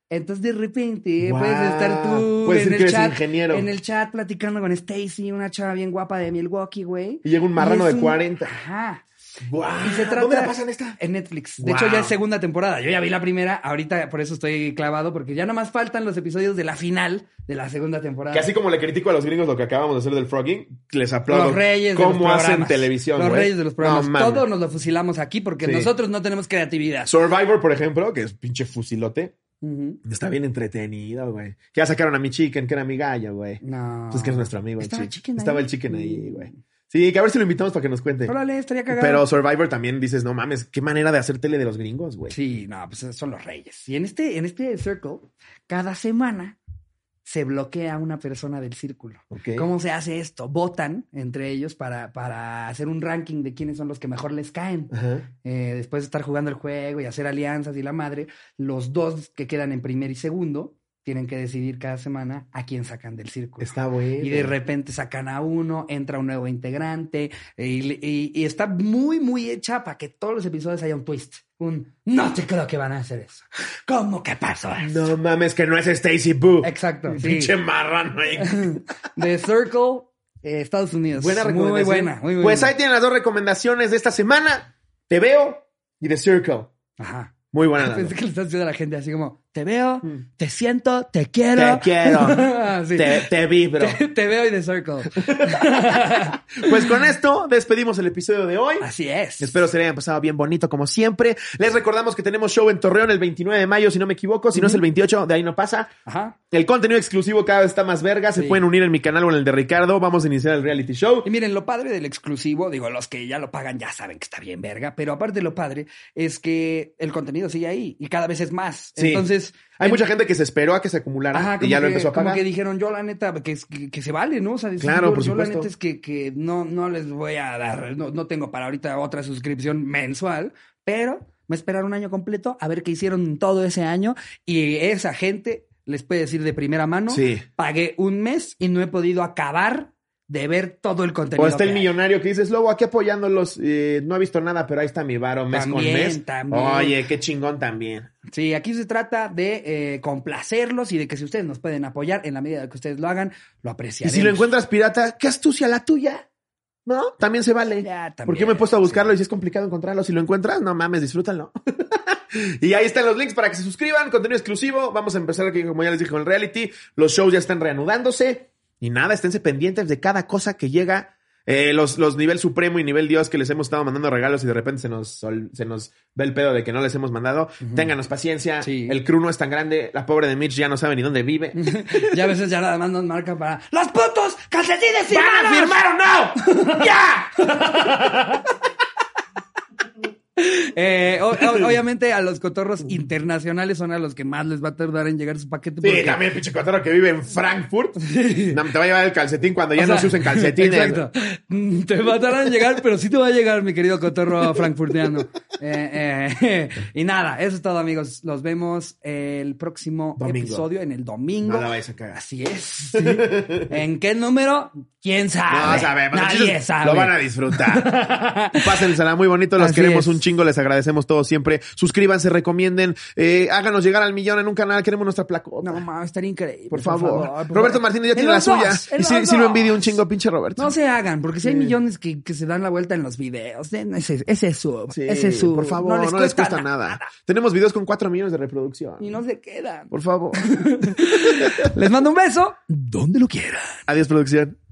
Entonces, de repente, Wow. puedes estar tú Puedes en decir que el eres chat, ingeniero. en el chat platicando con Stacy, una chava bien guapa de Milwaukee, güey. Y llega un marrano Y es de un- cuarenta. Ajá. Wow. Y se trata... ¿Dónde la pasan esta? En Netflix. De Wow. hecho, ya es segunda temporada. Yo ya vi la primera. Ahorita por eso estoy clavado, porque ya nomás faltan los episodios de la final de la segunda temporada. Que así como le critico a los gringos lo que acabamos de hacer del frogging, les aplaudo. Los reyes de cómo los hacen programas. televisión, Los güey. reyes de los programas. No, mames. Todo nos lo fusilamos aquí porque Sí. nosotros no tenemos creatividad. Survivor, por ejemplo, que es pinche fusilote, Ujú. está bien entretenido, güey. Que ya sacaron a mi chicken, que era mi gallo, güey. No. Pues es que es nuestro amigo. El ¿Estaba chicken. Chicken ahí? Estaba el chicken ahí, güey. Sí, que a ver si lo invitamos para que nos cuente. Órale, estaría cagado. Pero Survivor también dices, no mames, qué manera de hacer tele de los gringos, güey. Sí, no, pues son los reyes. Y en este, en este Circle, cada semana se bloquea a una persona del círculo. Ok. ¿Cómo se hace esto? Votan entre ellos para, para hacer un ranking de quiénes son los que mejor les caen. Ajá. Eh, después de estar jugando el juego y hacer alianzas y la madre, los dos que quedan en primer y segundo tienen que decidir cada semana a quién sacan del círculo. Está bueno. Y de repente sacan a uno, entra un nuevo integrante, e- y, y- y está muy, muy hecha para que todos los episodios haya un twist. Un, no te creo que van a hacer eso. ¿Cómo que pasó eso? No mames, que no es Stacy Boo. Exacto, sí. Pinche marrano ahí. The Circle, eh, Estados Unidos. Buena Muy recomendación. buena, muy buena. Pues ahí tienen las dos recomendaciones de esta semana. Te veo y The Circle. Ajá. Muy buena. Pensé que le estás diciendo a la gente así como, te veo, te siento, te quiero. Te quiero. Sí. Te, te vibro. Te, te veo y The Circle. Pues con esto despedimos el episodio de hoy. Así es. Espero se le hayan pasado bien bonito como siempre. Les recordamos que tenemos show en Torreón el veintinueve de mayo, si no me equivoco. Si no es el veintiocho, de ahí no pasa. Ajá. El contenido exclusivo cada vez está más verga. Se Sí. pueden unir en mi canal o en el de Ricardo. Vamos a iniciar el reality show. Y miren, lo padre del exclusivo, digo, los que ya lo pagan ya saben que está bien verga, pero aparte lo padre es que el contenido sigue ahí y cada vez es más. Sí. Entonces... Hay en- mucha gente que se esperó a que se acumulara Ajá, y como ya lo que- empezó a Como pagar. que dijeron, yo la neta, que, es- que, que se vale, ¿no? O sea, decir, Claro, yo, por yo la supuesto. neta es que, que no, no les voy a dar, no, no tengo para ahorita otra suscripción mensual, pero me esperaron un año completo a ver qué hicieron todo ese año y esa gente les puede decir de primera mano, Sí. pagué un mes y no he podido acabar de ver todo el contenido. O está el que hay. millonario que dices, Lobo, aquí apoyándolos. eh, no ha visto nada, pero ahí está mi varo mes con También, mes. también. Oye, qué chingón también. Sí, aquí se trata de eh, complacerlos y de que si ustedes nos pueden apoyar en la medida de que ustedes lo hagan, lo Y apreciaremos. si lo encuentras pirata, qué astucia la tuya. ¿No? También se vale. Ya, también, Porque yo me he puesto a buscarlo sí. y si es complicado encontrarlo. Si lo encuentras, no mames, disfrútalo. Y ahí están los links para que se suscriban. Contenido exclusivo. Vamos a empezar aquí, como ya les dije, con el reality. Los shows ya están reanudándose. Y nada, esténse pendientes de cada cosa que llega. Eh, los, los nivel supremo y nivel Dios que les hemos estado mandando regalos y de repente se nos, sol- se nos ve el pedo de que no les hemos mandado. Ténganos paciencia. Sí. El crew no es tan grande. La pobre de Mitch ya no sabe ni dónde vive. Ya a veces ya nada más nos marcan para ¡los putos calcetines ¡Van a firmados! firmar o no! ¡Ya! Eh, o- o- obviamente a los cotorros internacionales son a los que más les va a tardar en llegar su paquete. Sí, porque- también pinche cotero que vive en Frankfurt. No, te va a llevar el calcetín cuando ya O sea, no se usen calcetines. Exacto. Mm, Te va a tardar en llegar, pero sí te va a llegar, mi querido cotorro frankfurtiano. Eh, eh, y nada, eso es todo, amigos. Los vemos el próximo Domingo. episodio, en el domingo. No la vayas a cagar. Así es. sí. ¿En qué número? ¿Quién sabe? No sabemos. Nadie Muchachos, sabe. Lo van a disfrutar. Pásensela muy bonito. Los Así queremos es. un chingo. Les agradecemos todos siempre. Suscríbanse, recomienden. Eh, háganos llegar al millón en un canal. Queremos nuestra placota. No, mames, estaría increíble. por, favor. por Roberto favor. Martínez ya En tiene la los suya. dos, en Y sí, los sí lo dos. envidio un chingo, pinche Roberto. No se hagan, porque si hay Sí. millones que, que se dan la vuelta en los videos. den Ese, ese sub. Sí, ese sub. por favor, no les, cuesta, nada. Tenemos videos con cuatro millones de reproducción. Y no se quedan. Por favor. Les mando un beso. Donde lo quieran. Adiós, producción.